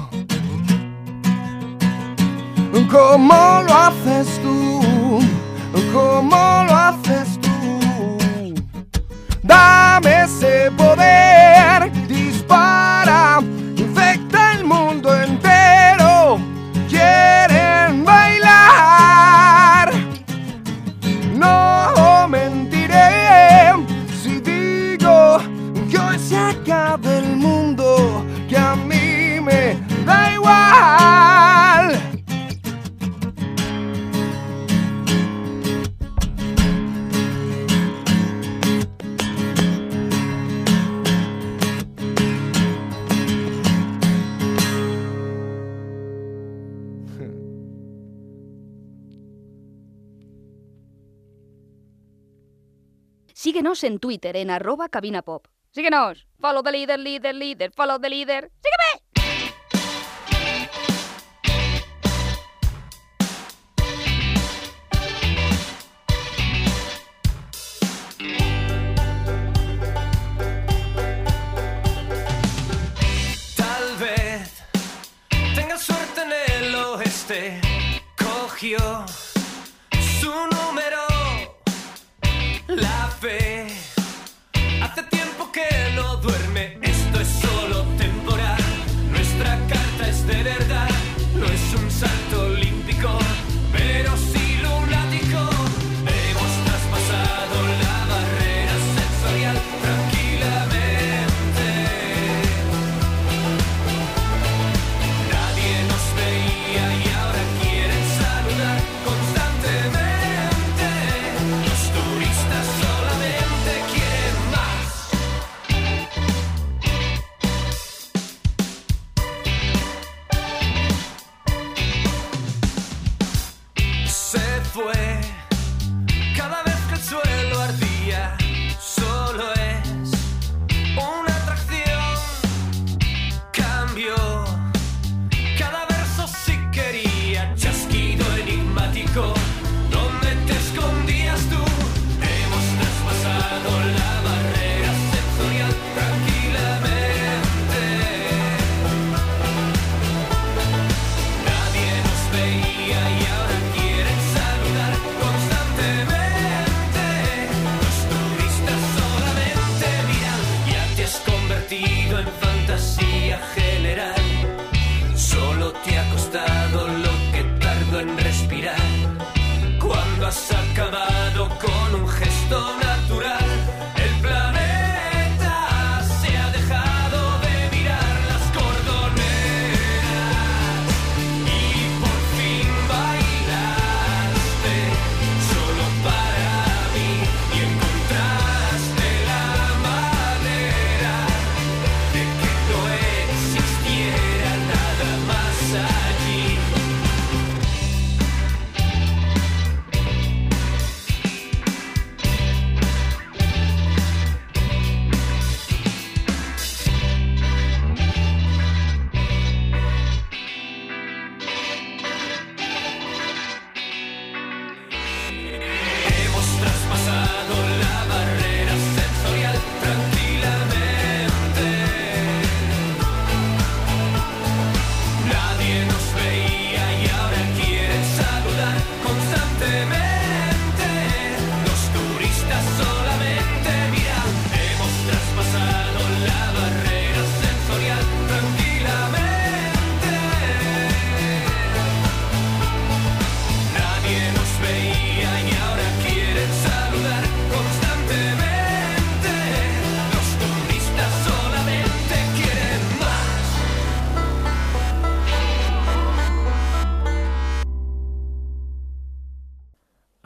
como lo haces tú, como lo haces tú. Dame ese poder, dispara, infecta el mundo entero. Quieren bailar. No mentiré si digo que hoy se acabe el mundo, que a mí me da igual. Síguenos en Twitter en @cabinapop. Síguenos. Follow the leader, leader, leader. Follow the leader. ¡Sígueme! Tal vez tenga suerte en el oeste. Cogió su número. La fe hace tiempo que no duerme. Esto es solo temporal. Nuestra carta es de verdad. No es un salto olímpico, pero sí lunático. Hemos traspasado la barrera sensorial tranquilamente. Nadie nos veía y ahora quieren saludar constantemente. Los turistas solamente quieren más. Se fue cada vez que el suelo ardía. Solo es una atracción. Cambió cada verso si quería. Chasquido enigmático. ¿Dónde te escondías tú? Hemos traspasado la barrera sensorial tranquilamente. Nadie nos veía y ahora quieren saludar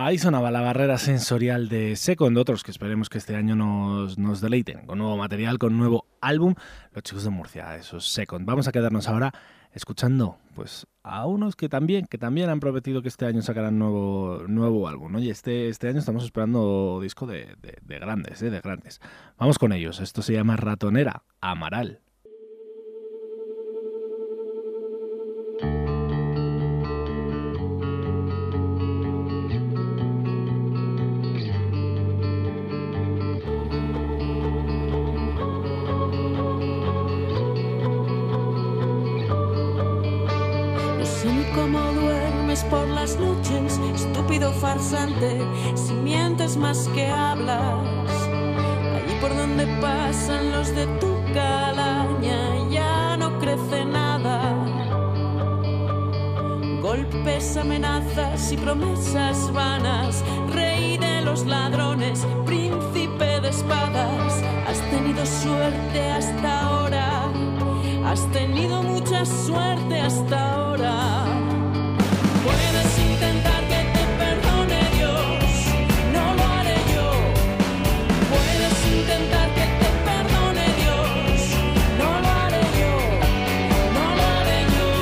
Ahí sonaba la barrera sensorial de Second, otros que esperemos que este año nos deleiten con nuevo material, con nuevo álbum. Los chicos de Murcia, esos Second. Vamos a quedarnos ahora escuchando pues a unos que también han prometido que este año sacarán nuevo álbum. Oye, este año estamos esperando disco de grandes, de grandes. Vamos con ellos. Esto se llama Ratonera, Amaral. Por las noches, estúpido farsante, si mientes más que hablas, allí por donde pasan los de tu calaña ya no crece nada. Golpes, amenazas y promesas vanas, rey de los ladrones, príncipe de espadas. Has tenido suerte hasta ahora, has tenido mucha suerte hasta ahora. Puedes intentar que te perdone Dios, no lo haré yo. Puedes intentar que te perdone Dios, no lo haré yo, no lo haré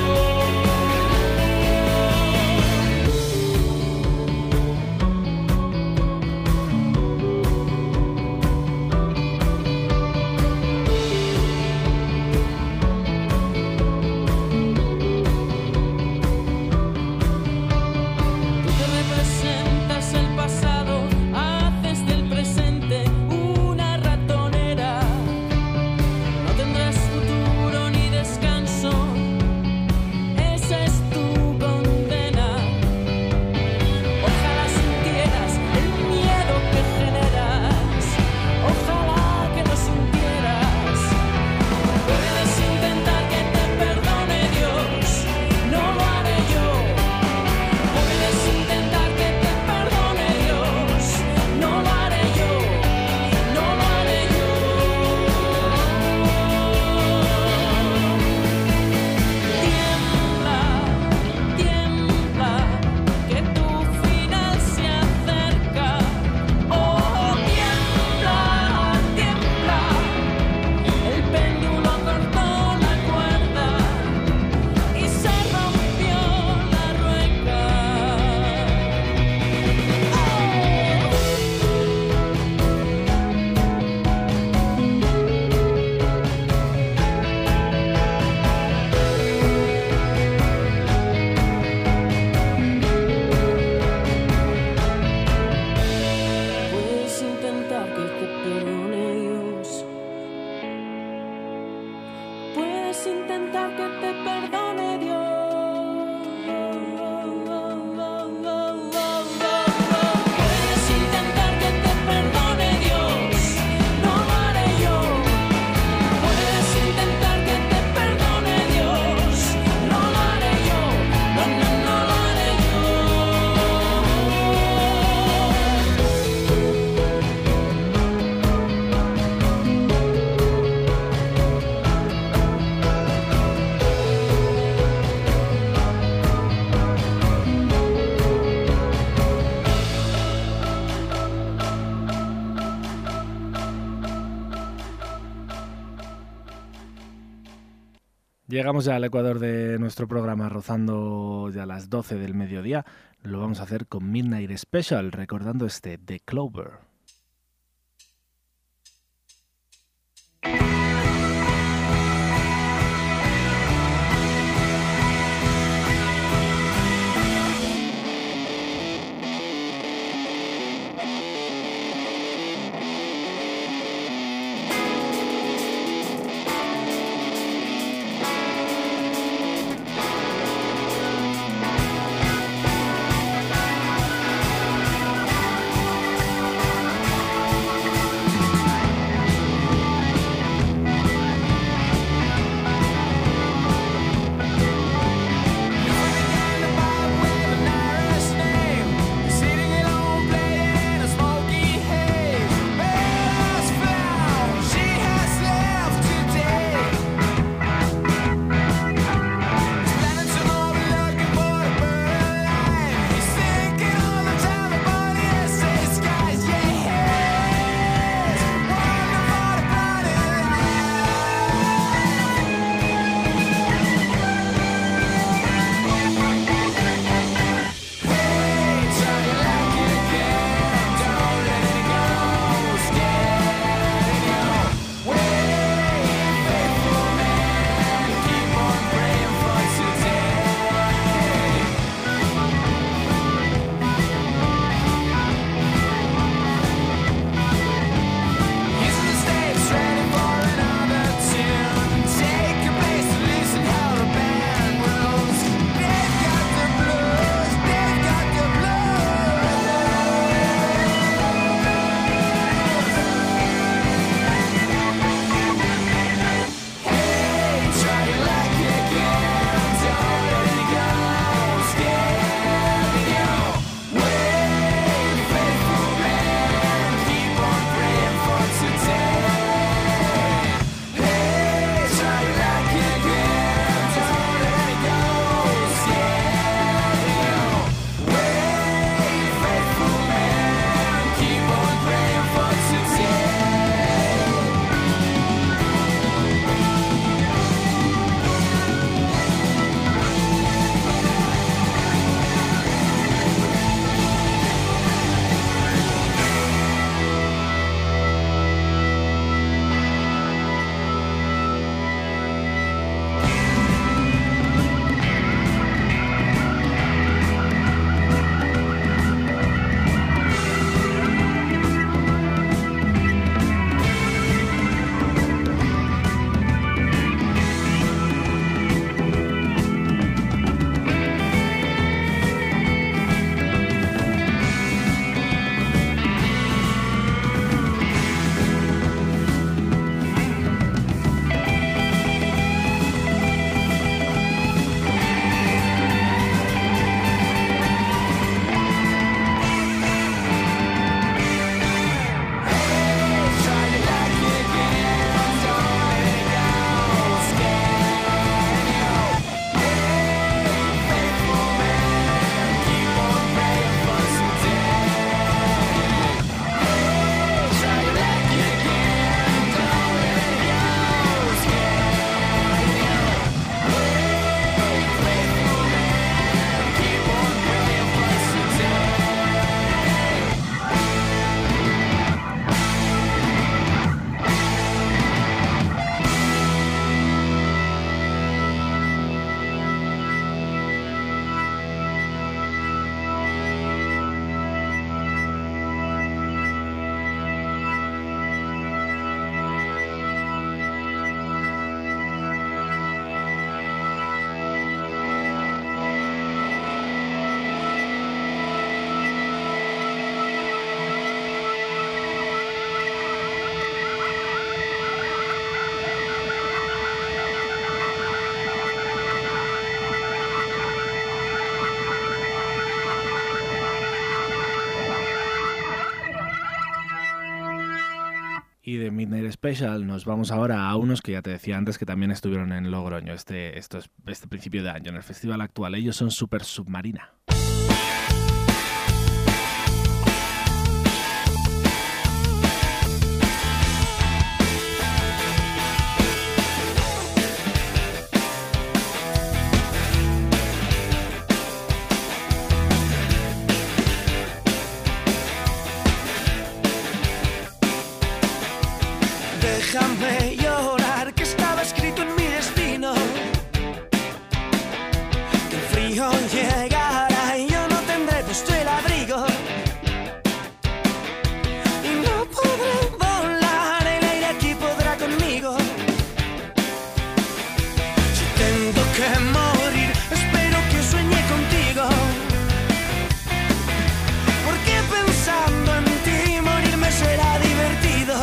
Llegamos ya al ecuador de nuestro programa, rozando ya las 12 del mediodía. Lo vamos a hacer con Midnight Special, recordando The Clover. Y de Midnight Special nos vamos ahora a unos que ya te decía antes que también estuvieron en Logroño este principio de año, en el festival actual. Ellos son Super Submarina. Déjame llorar, que estaba escrito en mi destino, que el frío llegará y yo no tendré puesto el abrigo, y no podré volar, el aire aquí podrá conmigo. Si tengo que morir, espero que sueñe contigo, porque pensando en ti morirme será divertido.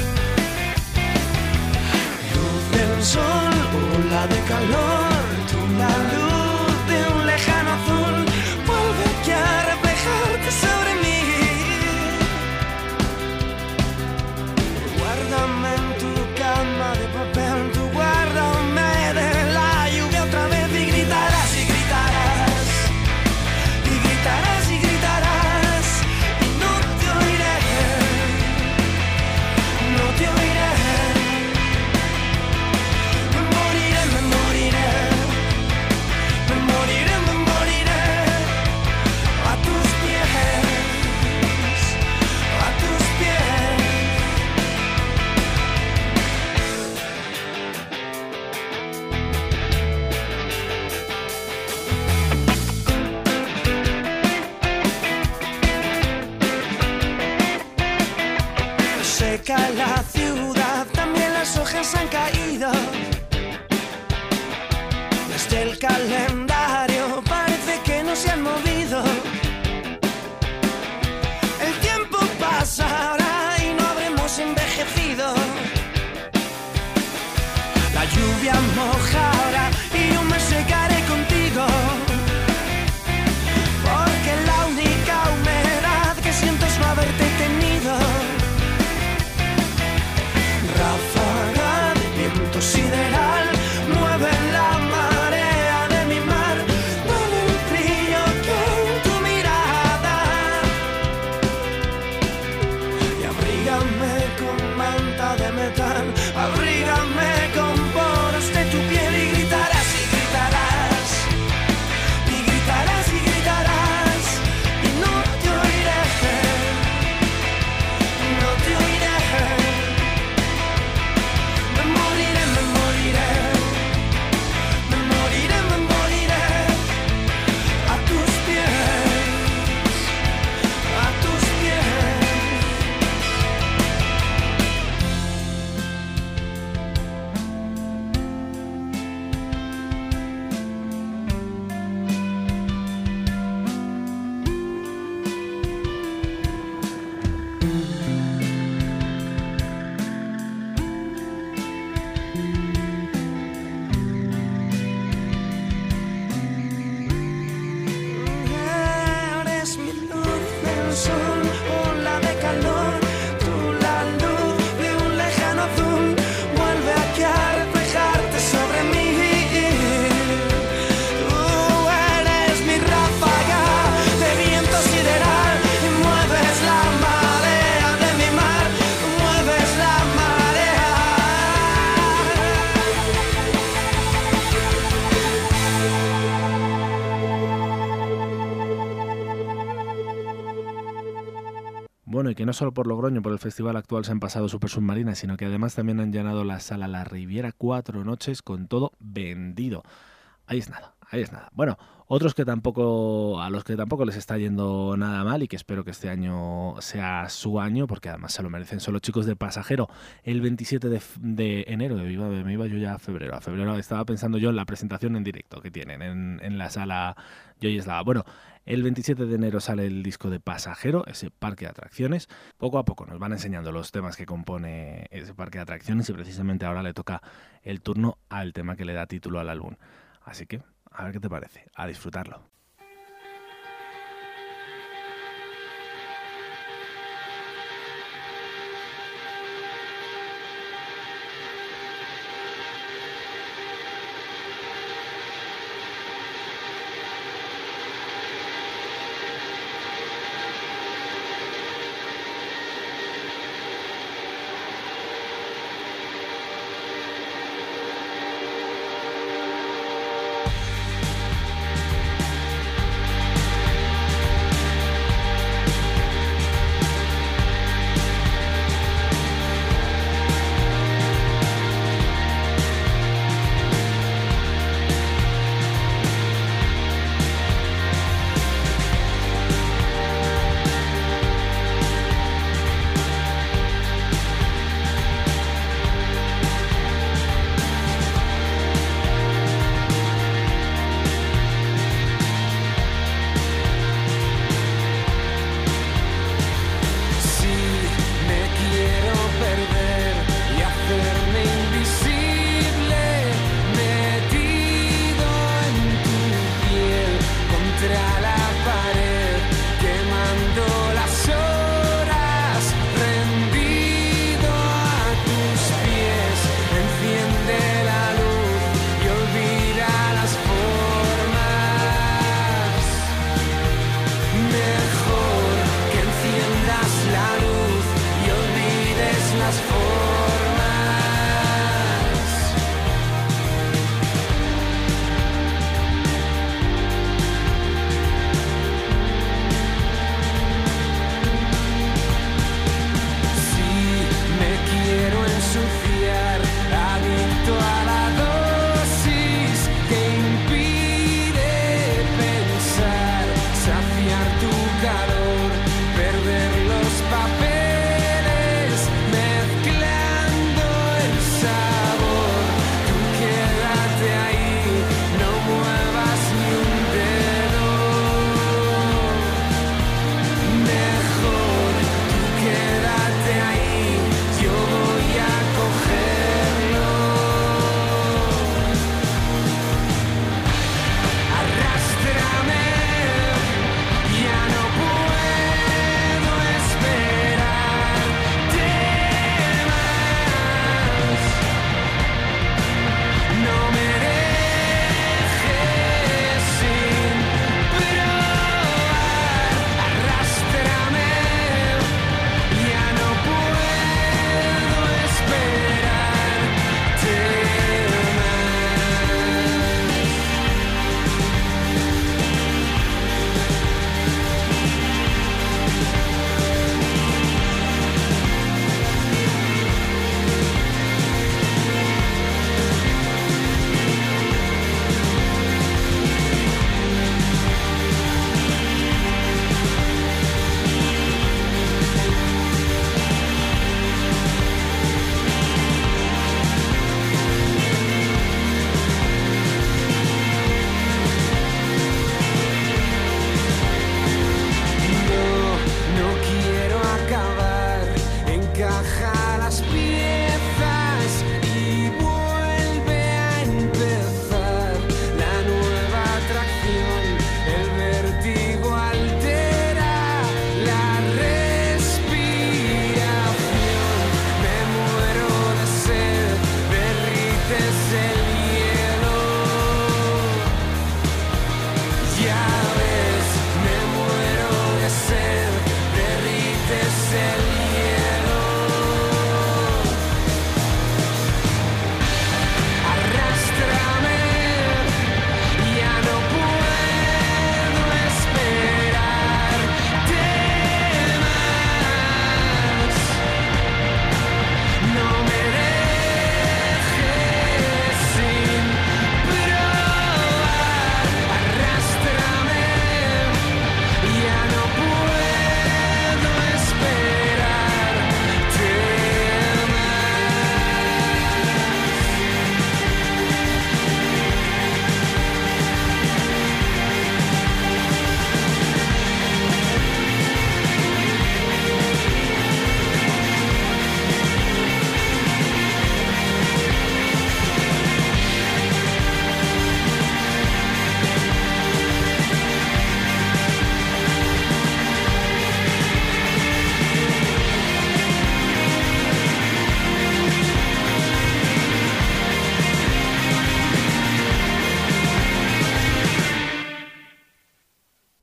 Sol, ola de calor, tú la luz de un lejano azul, vuelve aquí a reflejarte sobre mí. Guárdame en tu cama de papel, tú guárdame de la lluvia otra vez y gritarás y gritarás, y gritarás y gritarás, y no te oiré, no te oiré. Seca la ciudad, también las hojas han caído. Desde el calendario parece que no se han movido. El tiempo pasará y no habremos envejecido. La lluvia mojará y yo me secaré contigo, porque la única humedad que siento es no haberte tenido. Ráfaga de viento sideral mueve la marea de mi mar, dale el brillo que en tu mirada, y abrígame con manta de metal, abrígame con poros de tu piel y gritarás y gritarás, y gritarás y gritarás, y no te oiré, no te oiré. Bueno, y que no solo por Logroño, por el festival actual se han pasado Super Submarina, sino que además también han llenado la sala La Riviera 4 noches con todo vendido. Ahí es nada, ahí es nada. Bueno, otros que tampoco, a los que tampoco les está yendo nada mal y que espero que este año sea su año, porque además se lo merecen, son los chicos de Pasajero. El 27 de enero, me iba yo ya a febrero. A febrero estaba pensando yo en la presentación en directo que tienen en la sala Joy Eslava. Bueno, el 27 de enero sale el disco de Pasajero, ese parque de atracciones. Poco a poco nos van enseñando los temas que compone ese parque de atracciones y precisamente ahora le toca el turno al tema que le da título al álbum. Así que, a ver qué te parece, a disfrutarlo.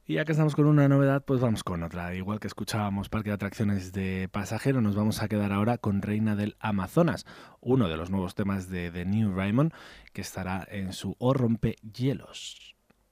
Y ya que estamos con una novedad, pues vamos con otra. Igual que escuchábamos Parque de Atracciones de Pasajero, nos vamos a quedar ahora con Reina del Amazonas, uno de los nuevos temas de The New Raymond, que estará en su O Rompehielos.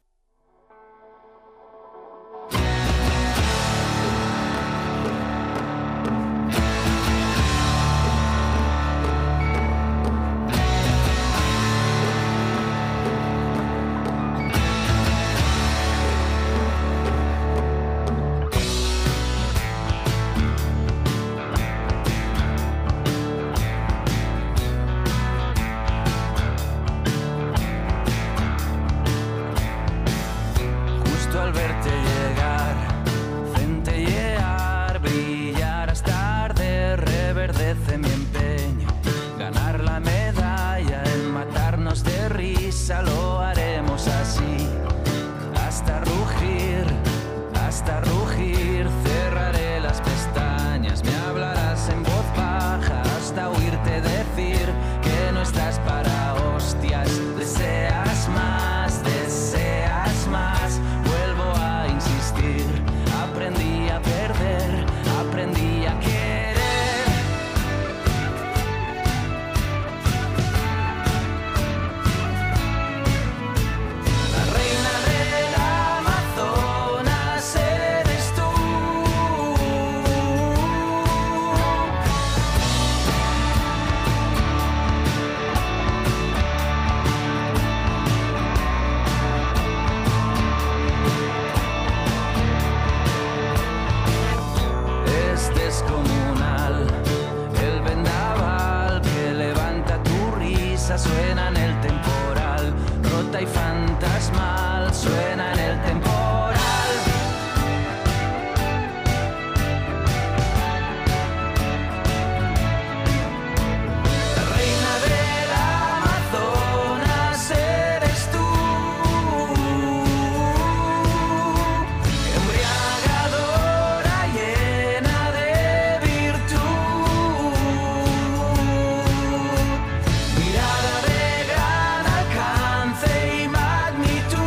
Suena en el temporal, rota y fantasmal, suena en el temporal. La reina del Amazonas eres tú, embriagadora, llena de virtud. Mirada de gran alcance y magnitud.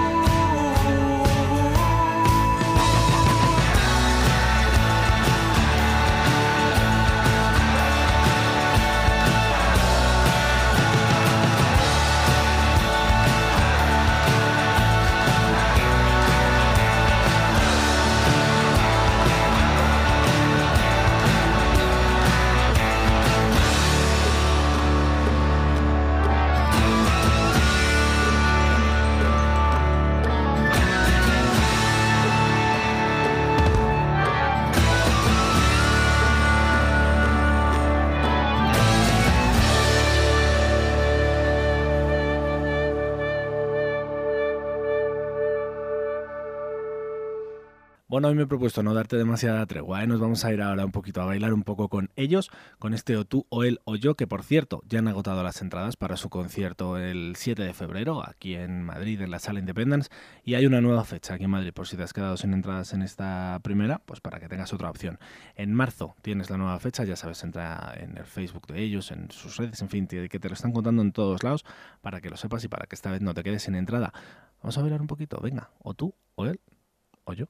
Bueno, hoy me he propuesto no darte demasiada tregua, ¿eh? Nos vamos a ir ahora un poquito a bailar un poco con ellos, con este O tú, o él, o yo, que por cierto ya han agotado las entradas para su concierto el 7 de febrero, aquí en Madrid, en la Sala Independence, y hay una nueva fecha aquí en Madrid, por si te has quedado sin entradas en esta primera, pues para que tengas otra opción. En marzo tienes la nueva fecha, ya sabes, entra en el Facebook de ellos, en sus redes, en fin, que te lo están contando en todos lados, para que lo sepas y para que esta vez no te quedes sin entrada. Vamos a bailar un poquito, venga, o tú, o él, o yo.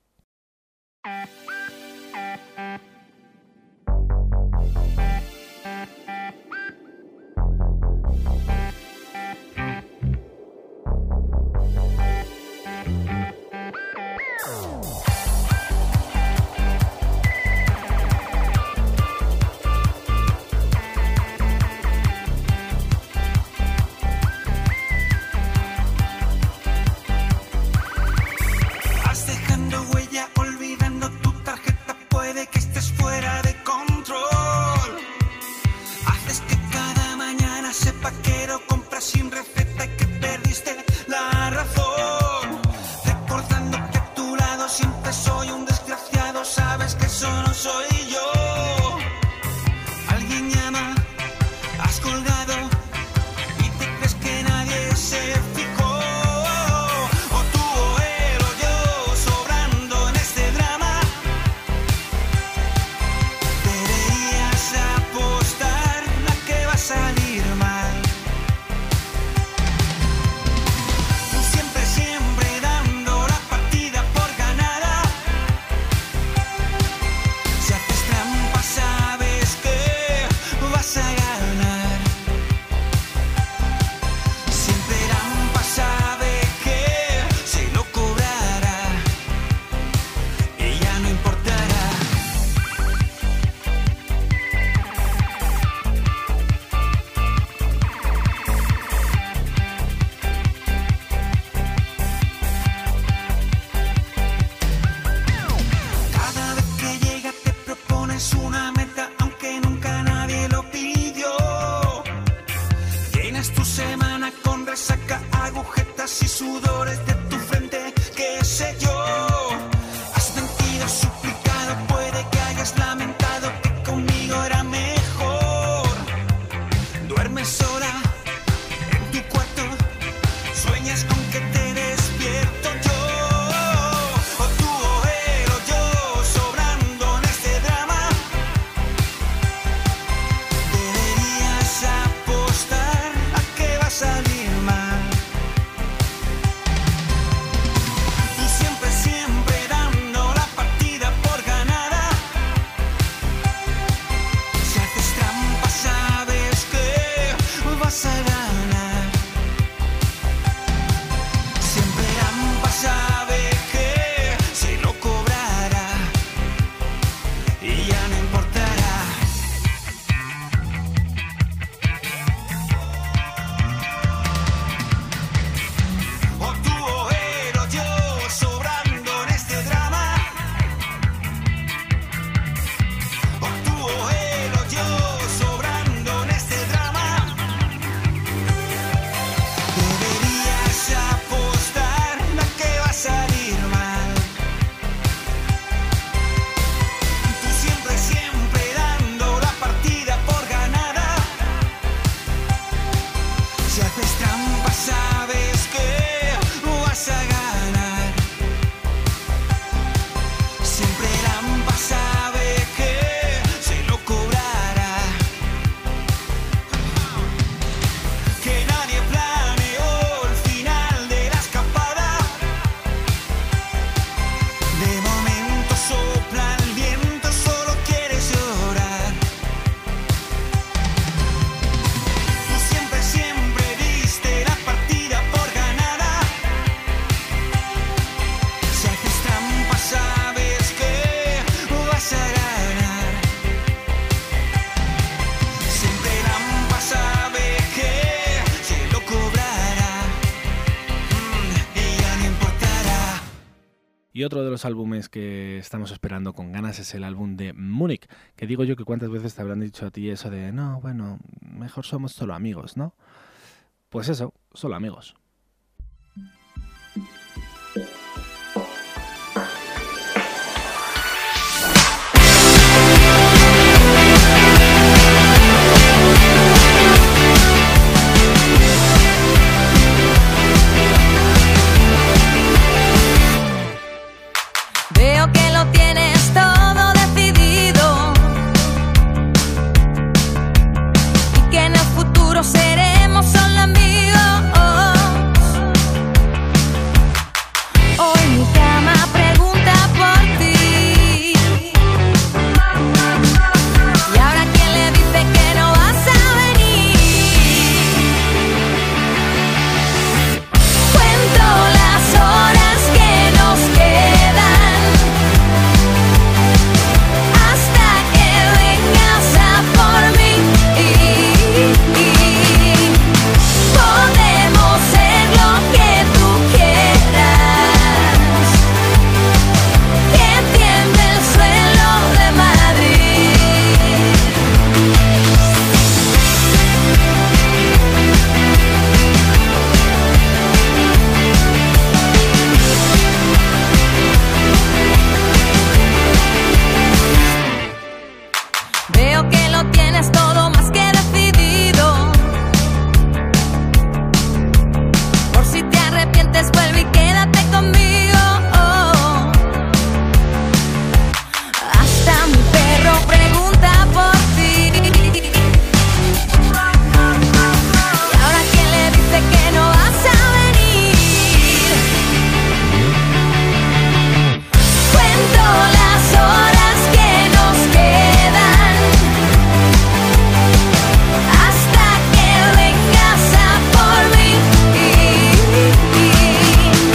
Vas dejando huella, olvidando tu tarjeta, puede que estés fuera de control. Haces que cada mañana sepa que lo compras sin receta y que perdiste la razón. y sudores de tu frente, qué sé yo. Has mentido, suplicado, puede que hayas lamentado que conmigo era mejor. Duermes sola en tu cuarto, sueñas con que te despierto yo. O tú o él o yo, sobrando en este drama. Deberías apostar a que va a salir mal. Tú siempre, siempre dando la partida por ganada. Si haces trampa sabes que vas a ganar. Siempre trampa sabe que se lo cobrará y ya no importará. O tú o él o yo, sobrando en este drama. O tú o él o yo, sobrando en este drama. Deberías apostar a que va a salir mal. Tú siempre, siempre dando la partida por ganada. Si haces trampa sabes que vas a ganar. Siempre trampa sabe que se lo cobrará. Que nadie planeó el final de la escapada. De momento sopla el viento, solo quieres llorar. Tú siempre, siempre diste la partida por ganada. Si haces trampa sabes que vas a ganar. Siempre trampa sabe que se lo cobrará y ya no importará. Y otro de los álbumes que estamos esperando con ganas es el álbum de Múnich, que digo yo que cuántas veces te habrán dicho a ti eso de no, bueno, mejor somos solo amigos, ¿no? Pues eso, solo amigos. Veo que lo tienes todo decidido y que en el futuro seremos solo amigos. Hoy mi cama pregunta por ti. Y ahora quién le dice que no vas a venir. Cuento las horas que nos quedan hasta que vengas a por mí. Podemos ser lo que tú quieras, que tiemble el suelo de Madrid. Veo que lo tienes todo más que decidido. Por si te arrepientes, vuelve y quédate conmigo. Hasta mi perro pregunta por ti. Y ahora quién le dice que no vas a venir. Cuento las horas que nos quedan hasta que vengas a por mí.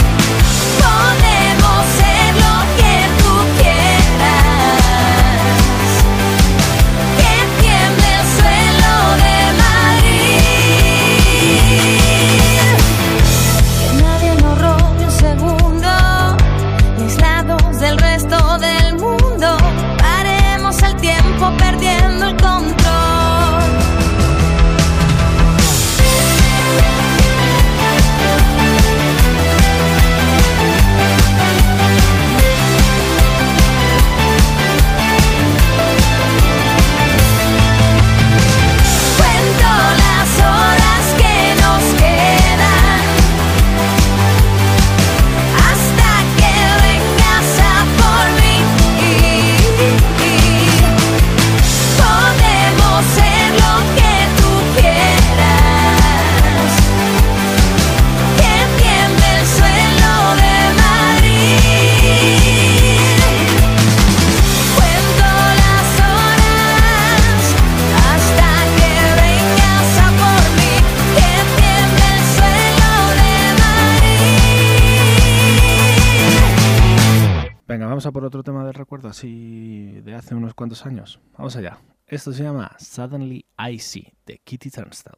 vamos a por otro tema del recuerdo así de hace unos cuantos años. Vamos allá. Esto se llama Suddenly I See, de Kitty Turnstile.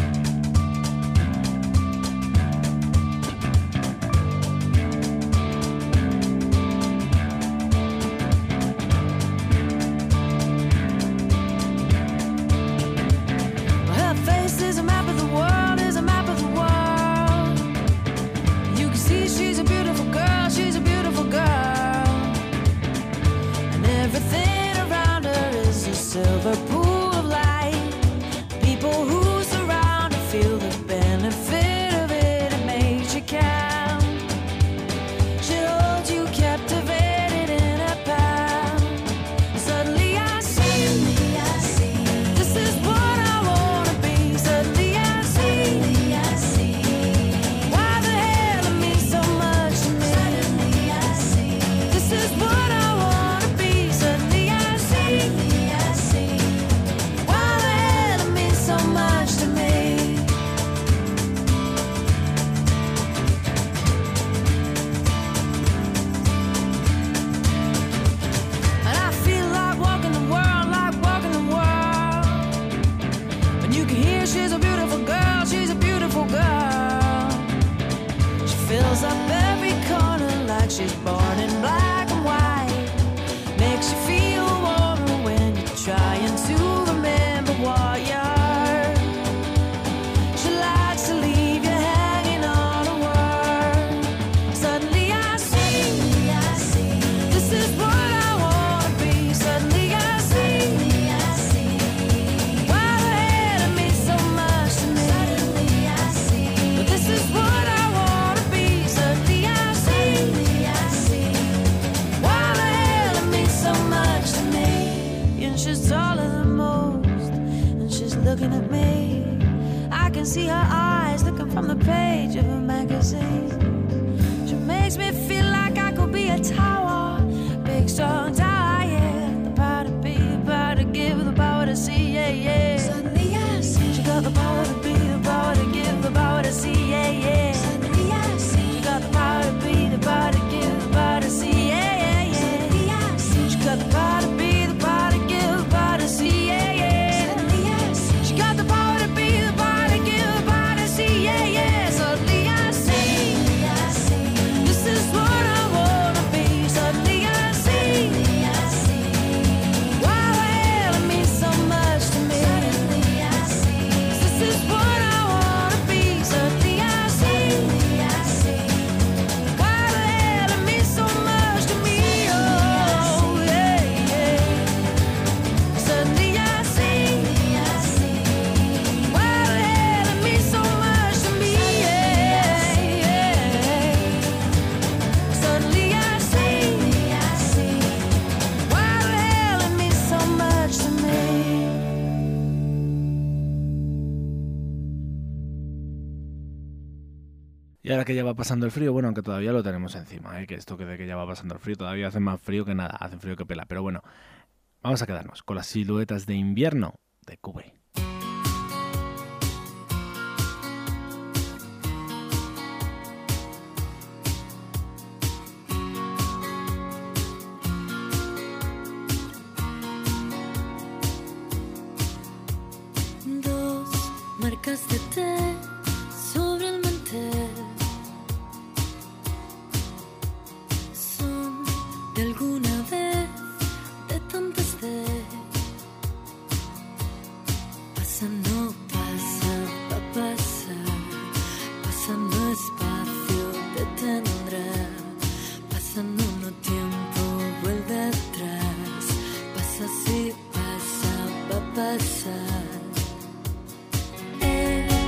Silver pool of light. People who surround her feel the benefit of it. It makes you count. She holds you captivated in her palm. Suddenly I see. This is what I wanna be. Suddenly I see. Why the hell it means so much to me. Suddenly I see. This is what I wanna be. Suddenly I see. So much to me. And I feel like walking the world, And you can hear she's a beautiful girl, She fills up every corner like she's born in black and white. Makes you feel warmer when you're trying to remember what you're. Looking at me, I can see her eyes looking from the page of a magazine. She makes me feel like I could be a tower, big strong tower, yeah. The power to be, the power to give, the power to see, yeah, yeah. Suddenly I see. She got the power to be, the power to give, the power to see, yeah, yeah. Suddenly I see. She got the power to be, the power to give, the power to see, yeah, yeah, yeah. Suddenly I see. She got the power to be, the power to give, the power to see, yeah, yeah. Got the power to be, the power to give, the power to see, yeah, yeah. Suddenly I see. This is what I wanna be. Suddenly I see. Why the hell it means so much to me. Suddenly I see. This is what I wanna be. Suddenly I see. Why the hell it means so much to me. Oh, yeah, yeah. Suddenly I see. Y ahora que ya va pasando el frío, bueno, aunque todavía lo tenemos encima, que esto de que ya va pasando el frío, todavía hace más frío que nada, hace frío que pela. Pero bueno, vamos a quedarnos con las siluetas de invierno de Cubey. Dos marcas de té sobre el mantel son de alguna vez, de tantas de pasa, no pasa, va a pasar, pasando espacio detendrá, pasando no tiempo vuelve atrás, pasa si pasa, va a pasar.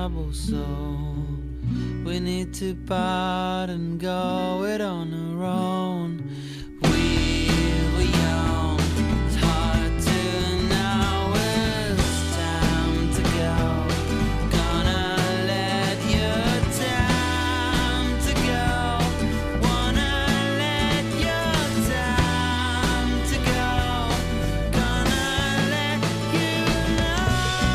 trouble, so we need to part and go it on our own. We were young, it's hard to know it's time to go. Gonna let your time to go. Wanna let your time to go. Gonna let you know.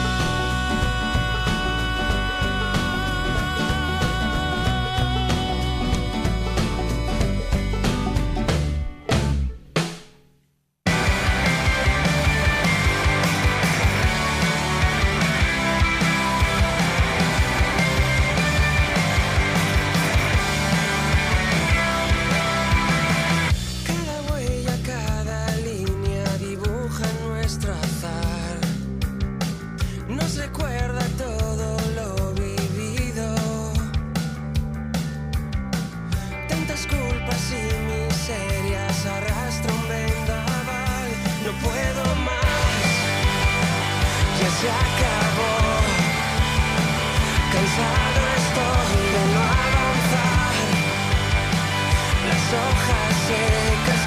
Cada huella, cada línea dibuja nuestro azar. Nos recuerda todo lo vivido. Tantas culpas y miserias arrastra un vendaval. No puedo más, ya se acabó. Cansado estoy de no avanzar. Las hojas secas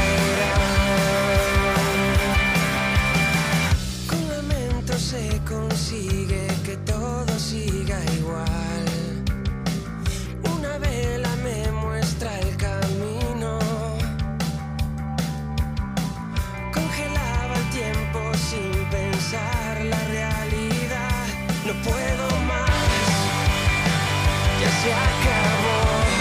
caerán. Con lamento se consigue que todo siga igual. Una vela me muestra el camino. Congelaba el tiempo sin pensar la realidad. No puedo más, ya se acabó.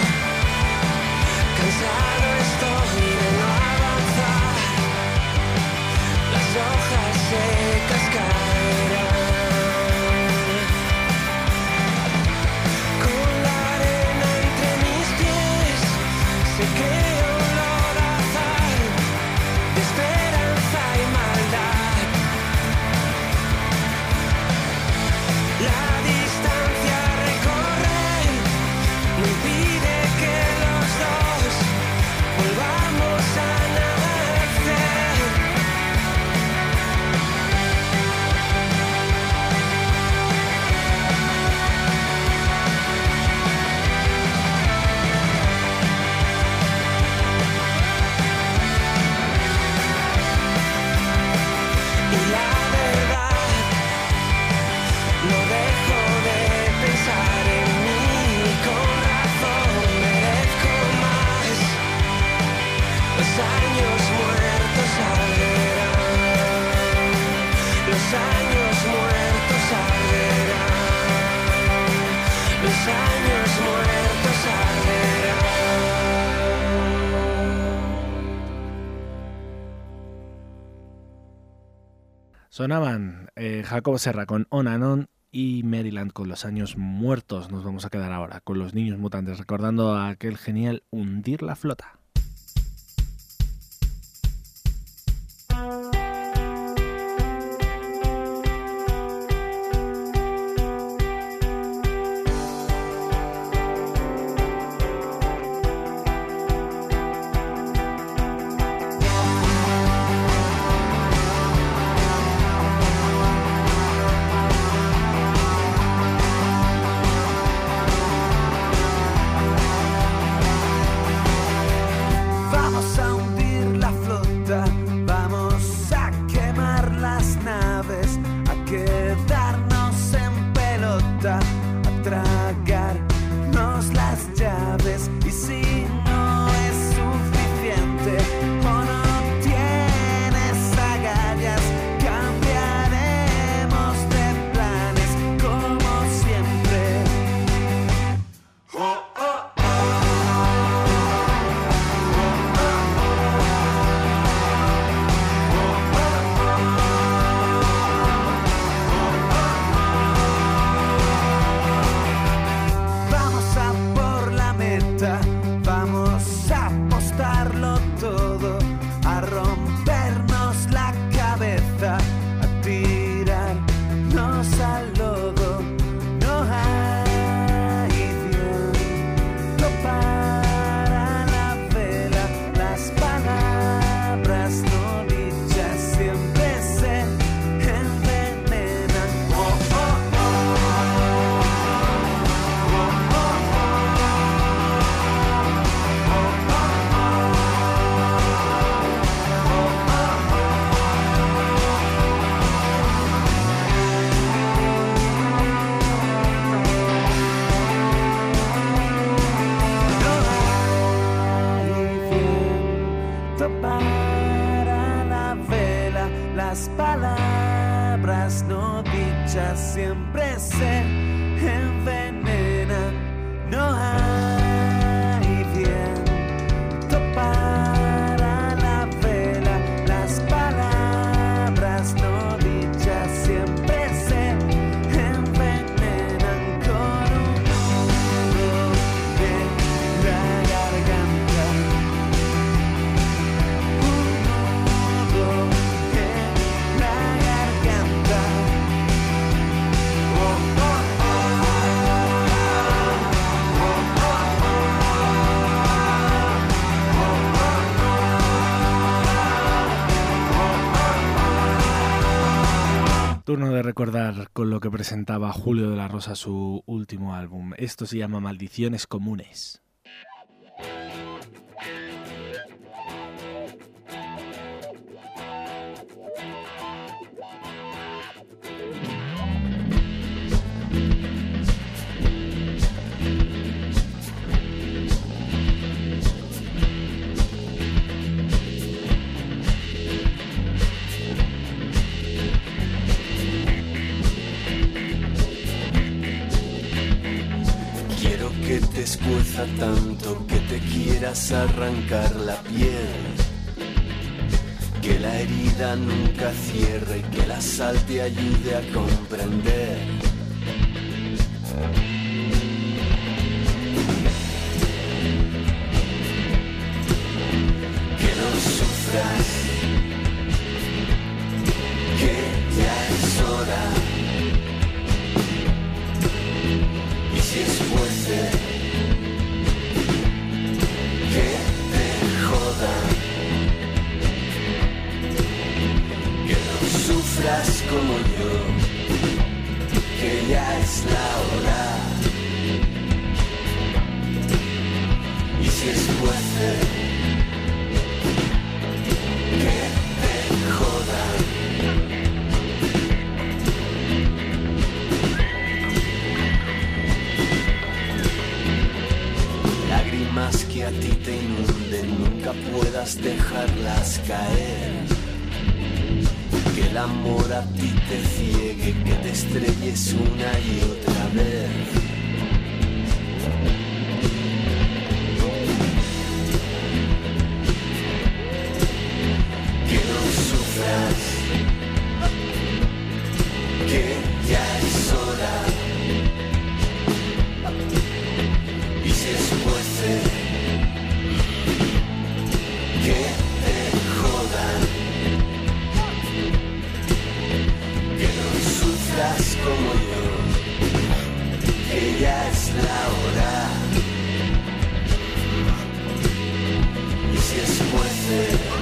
Cansado estoy de no avanzar. Las hojas secas caerán. Con la arena entre mis pies se crea un lodazal de esperanza y maldad. La distancia a recorrer no impide que los dos volvamos a nacer. Y la verdad, no dejo de pensar en mí. Con razón merezco más. Los años muertos arderán. Los años muertos arderán. Los años muertos arderán. Sonaban Jacobo Serra con On and On y Maryland con Los años muertos. Nos vamos a quedar ahora con Los Niños Mutantes, recordando a aquel genial Hundir la flota. Vamos a hundir la flota, vamos a Las palabras no dichas siempre se envenenan. No hay viento para la vela. Las palabras no dichas siempre se envenenan con un nudo en la garganta. Un nudo en la garganta. Oh, oh, oh. Turno de recordar con lo que presentaba Julio de la Rosa su último álbum. Esto se llama Maldiciones Comunes. Quiero que te escueza tanto que te quieras arrancar la piel, que la herida nunca cierre y que la sal te ayude a comprender. Que no sufras, que ya es hora. Y si es fuerte, que te joda. Que no sufras como yo, que ya es la hora. Y si es fuerte, que te joda. Lágrimas que a ti te inunden, nunca puedas dejarlas caer. Que el amor a ti te ciegue, que te estrelles una y otra vez. Que no sufras, que ya es hora. Y si es fuerte, que te jodan. Que no sufras como yo, que ya es la hora. Y si es fuerte,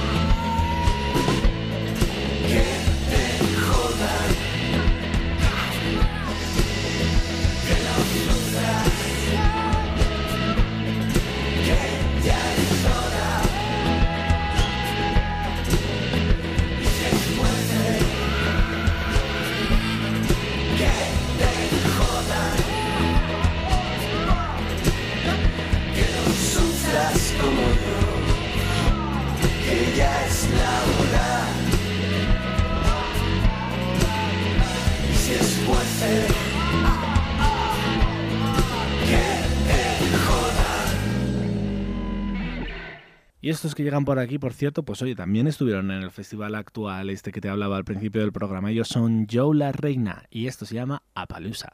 que te jodan. Que no sufras, que ya es hora. Y si es fuerte, que te jodan. Que no sufras como yo, que ya es la hora. Y si es fuerte, que te jodan. Y estos que llegan por aquí, por cierto, pues oye, también estuvieron en el festival actual, este que te hablaba al principio del programa. Ellos son Joe La Reina y esto se llama Apalooza.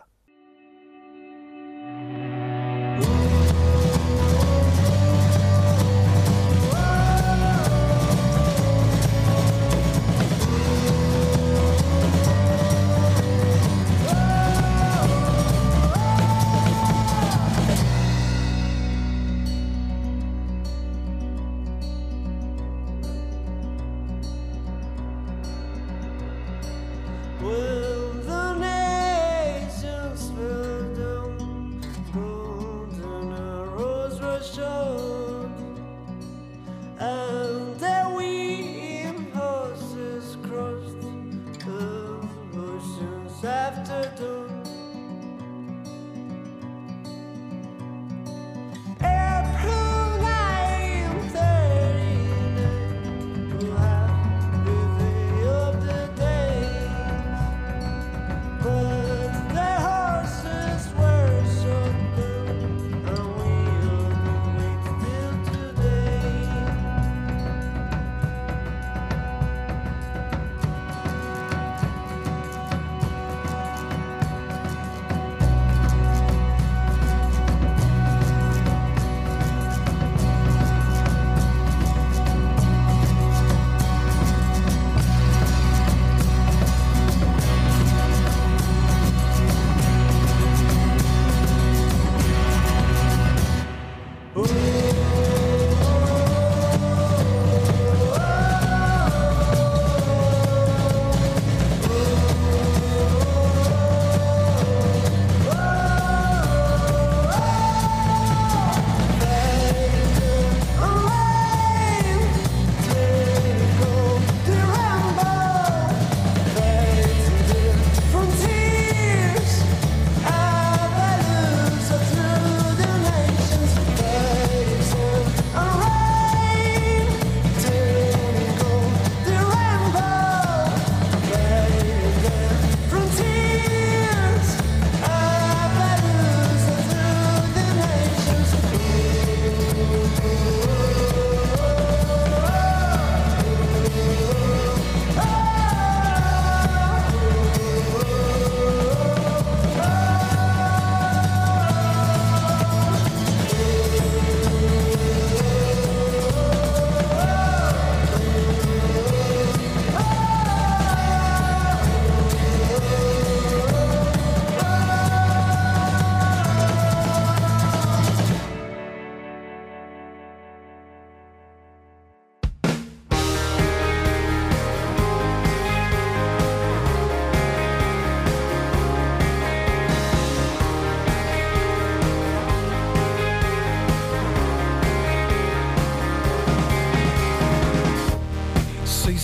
Well, the nations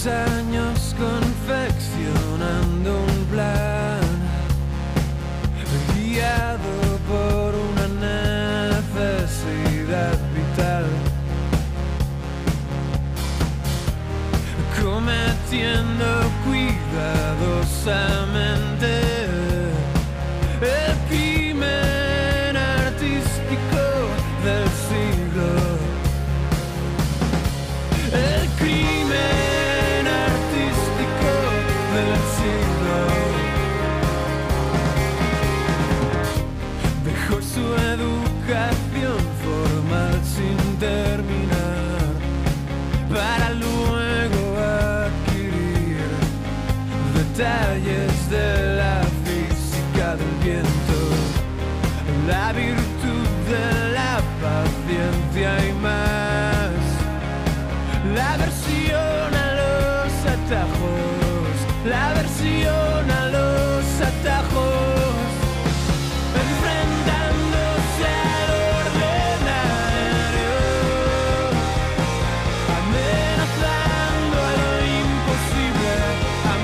6 años confeccionando un plan, guiado por una necesidad vital, cometiendo cuidadosamente el crimen artístico del siglo. El crimen artístico del siglo. Dejó su educación formal sin terminar para luego adquirir detalles de la física del viento, la virtud de la paciencia y más, la versión a los atajos, la versión a los atajos, enfrentándose al ordinario, amenazando a lo imposible a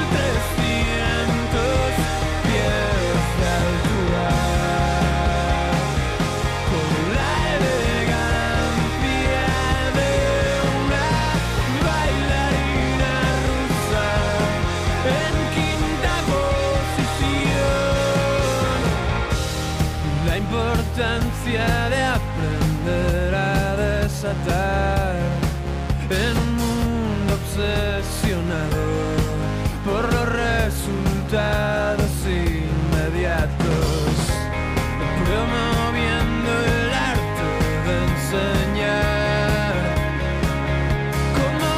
1300 pies de altura, con la elegancia de una bailarina rusa en quinta posición. La importancia de aprender a desatar en un mundo obsesionado por los resultados inmediatos, promoviendo el arte de enseñar como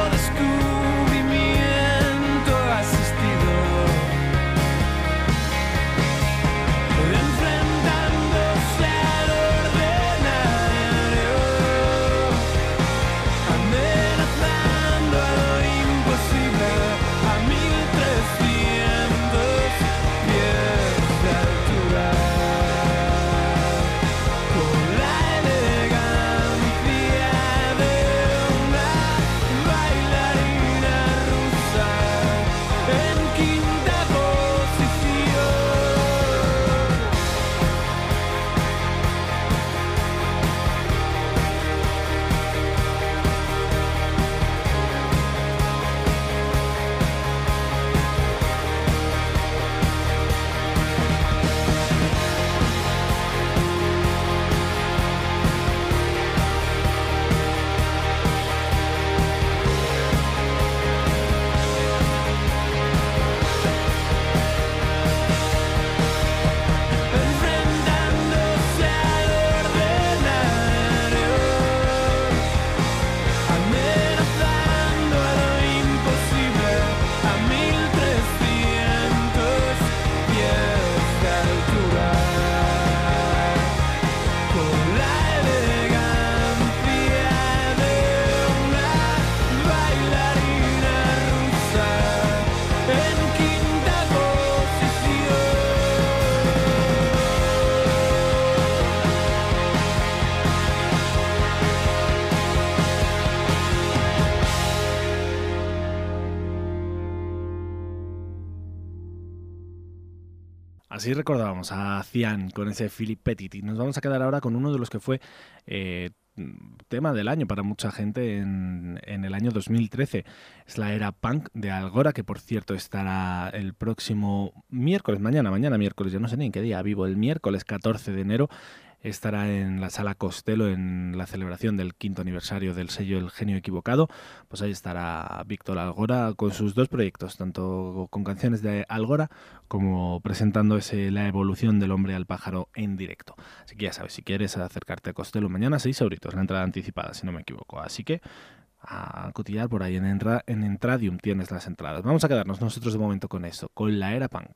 descubrimiento asistido, enfrentándose al ordinario, amenazando a lo imposible a 1300 pies de altura, con la elegancia de una bailarina rusa en quinta posición. Enfrentándose al ordinario, amenazando a lo imposible a 1300 pies de altura, con la elegancia de una bailarina rusa en quinta posición. Así recordábamos a Cian con ese Philip Pettit, y nos vamos a quedar ahora con uno de los que fue tema del año para mucha gente en el año 2013. Es la era punk de Algora, que por cierto estará el próximo miércoles, mañana miércoles, ya no sé ni en qué día vivo, el miércoles 14 de enero, estará en la Sala Costello en la celebración del 5º aniversario del sello El Genio Equivocado. Pues ahí estará Víctor Algora con sus dos proyectos, tanto con canciones de Algora como presentando la evolución del hombre al pájaro en directo. Así que ya sabes, si quieres acercarte a Costello mañana, 6 euritos la entrada anticipada, si no me equivoco. Así que a cotillar por ahí en Entradium tienes las entradas. Vamos a quedarnos nosotros de momento con eso, con la era punk.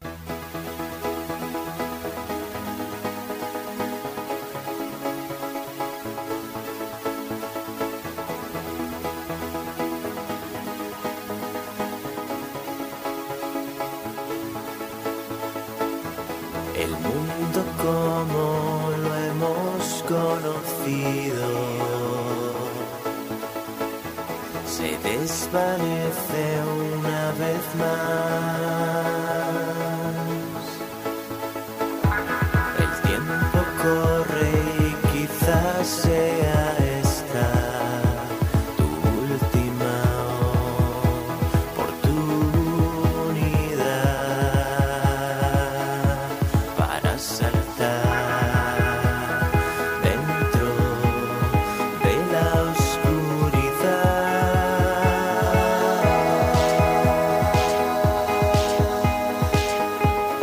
El mundo como lo hemos conocido se desvanece una vez más. El tiempo corre y quizás sea esta tu última oportunidad para saltar dentro de la oscuridad.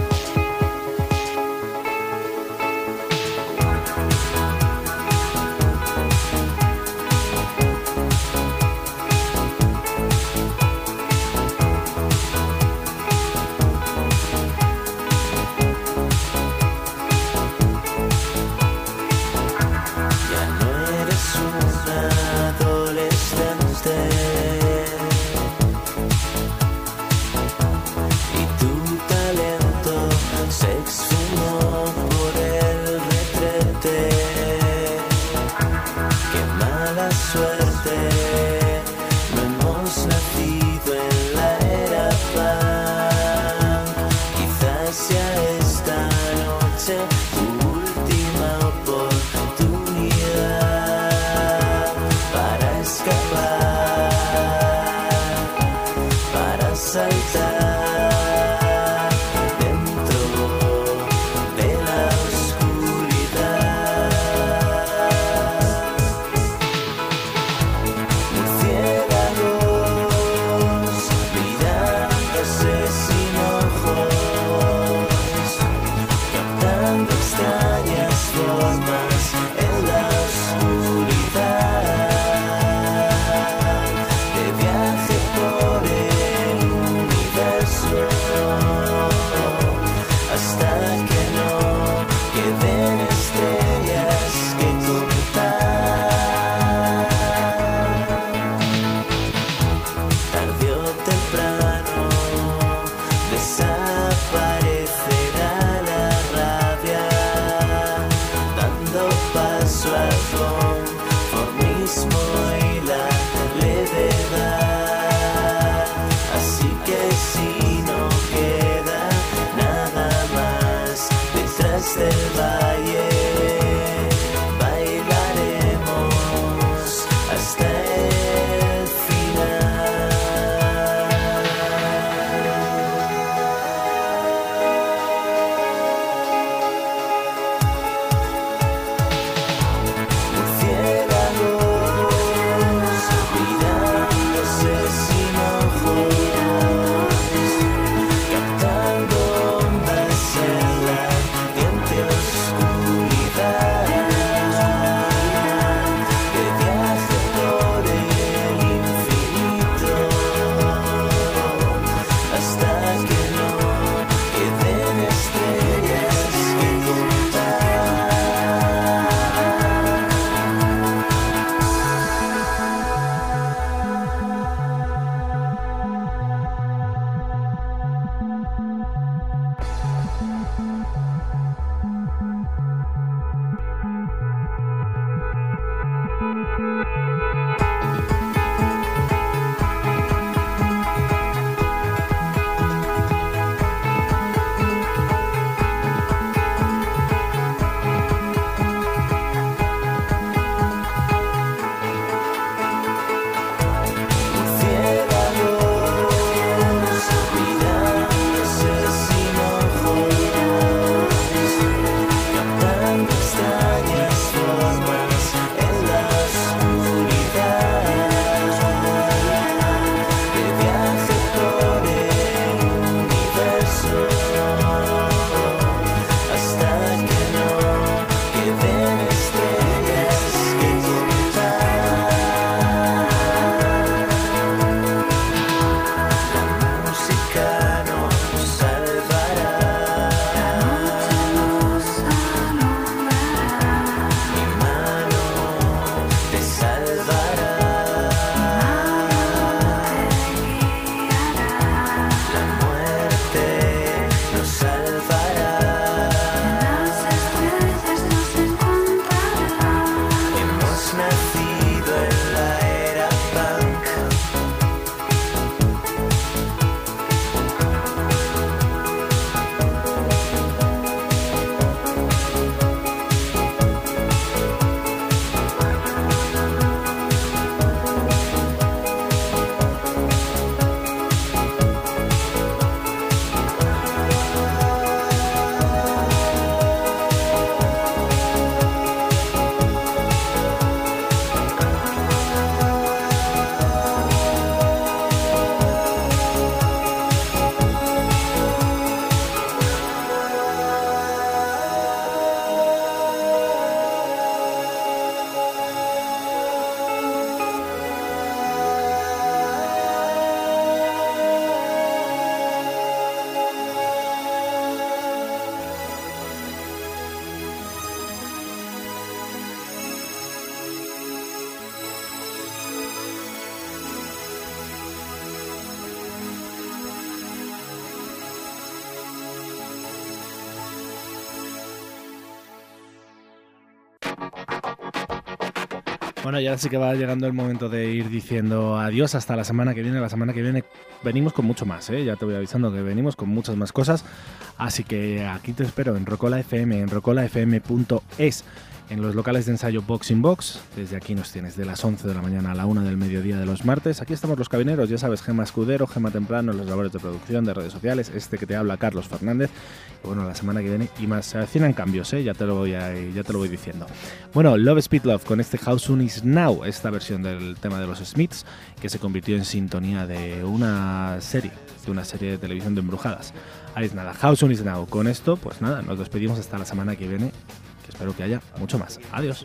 Bueno, ya sí que va llegando el momento de ir diciendo adiós hasta la semana que viene. La semana que viene venimos con mucho más, ¿eh? Ya te voy avisando que venimos con muchas más cosas. Así que aquí te espero en Rocola FM, en rocolafm.es, en los locales de ensayo Box in Box. Desde aquí nos tienes de las 11 de la mañana a la 1 del mediodía de los martes. Aquí estamos los cabineros, ya sabes, Gemma Escudero, Gemma Temprano, en los labores de producción, de redes sociales, este que te habla, Carlos Fernández. Y bueno, la semana que viene y más, se avecinan cambios, ya te lo voy diciendo. Bueno, Love Speed Love con este How Soon Is Now, esta versión del tema de los Smiths, que se convirtió en sintonía de una serie de televisión de embrujadas. Ahí es nada, How Soon Is Now. Con esto, pues nada, nos despedimos hasta la semana que viene. Espero que haya mucho más. Adiós.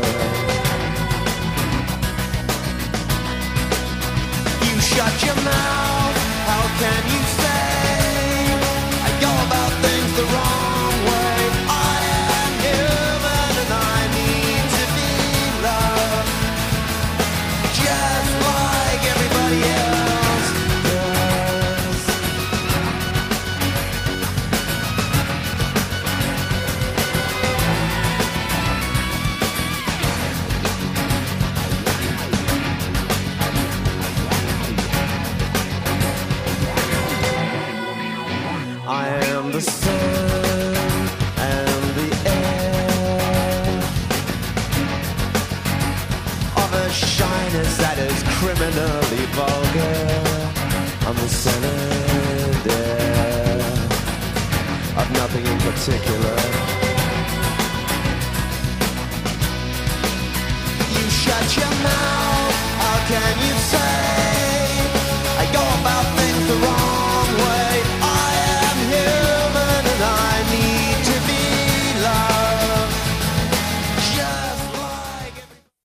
You shut your mouth, how can you say I go about things the wrong way? I am human and I need to be loved just like everybody else does. I am the sun and the air of a shyness that is criminally vulgar. I'm the sun and air of nothing in particular.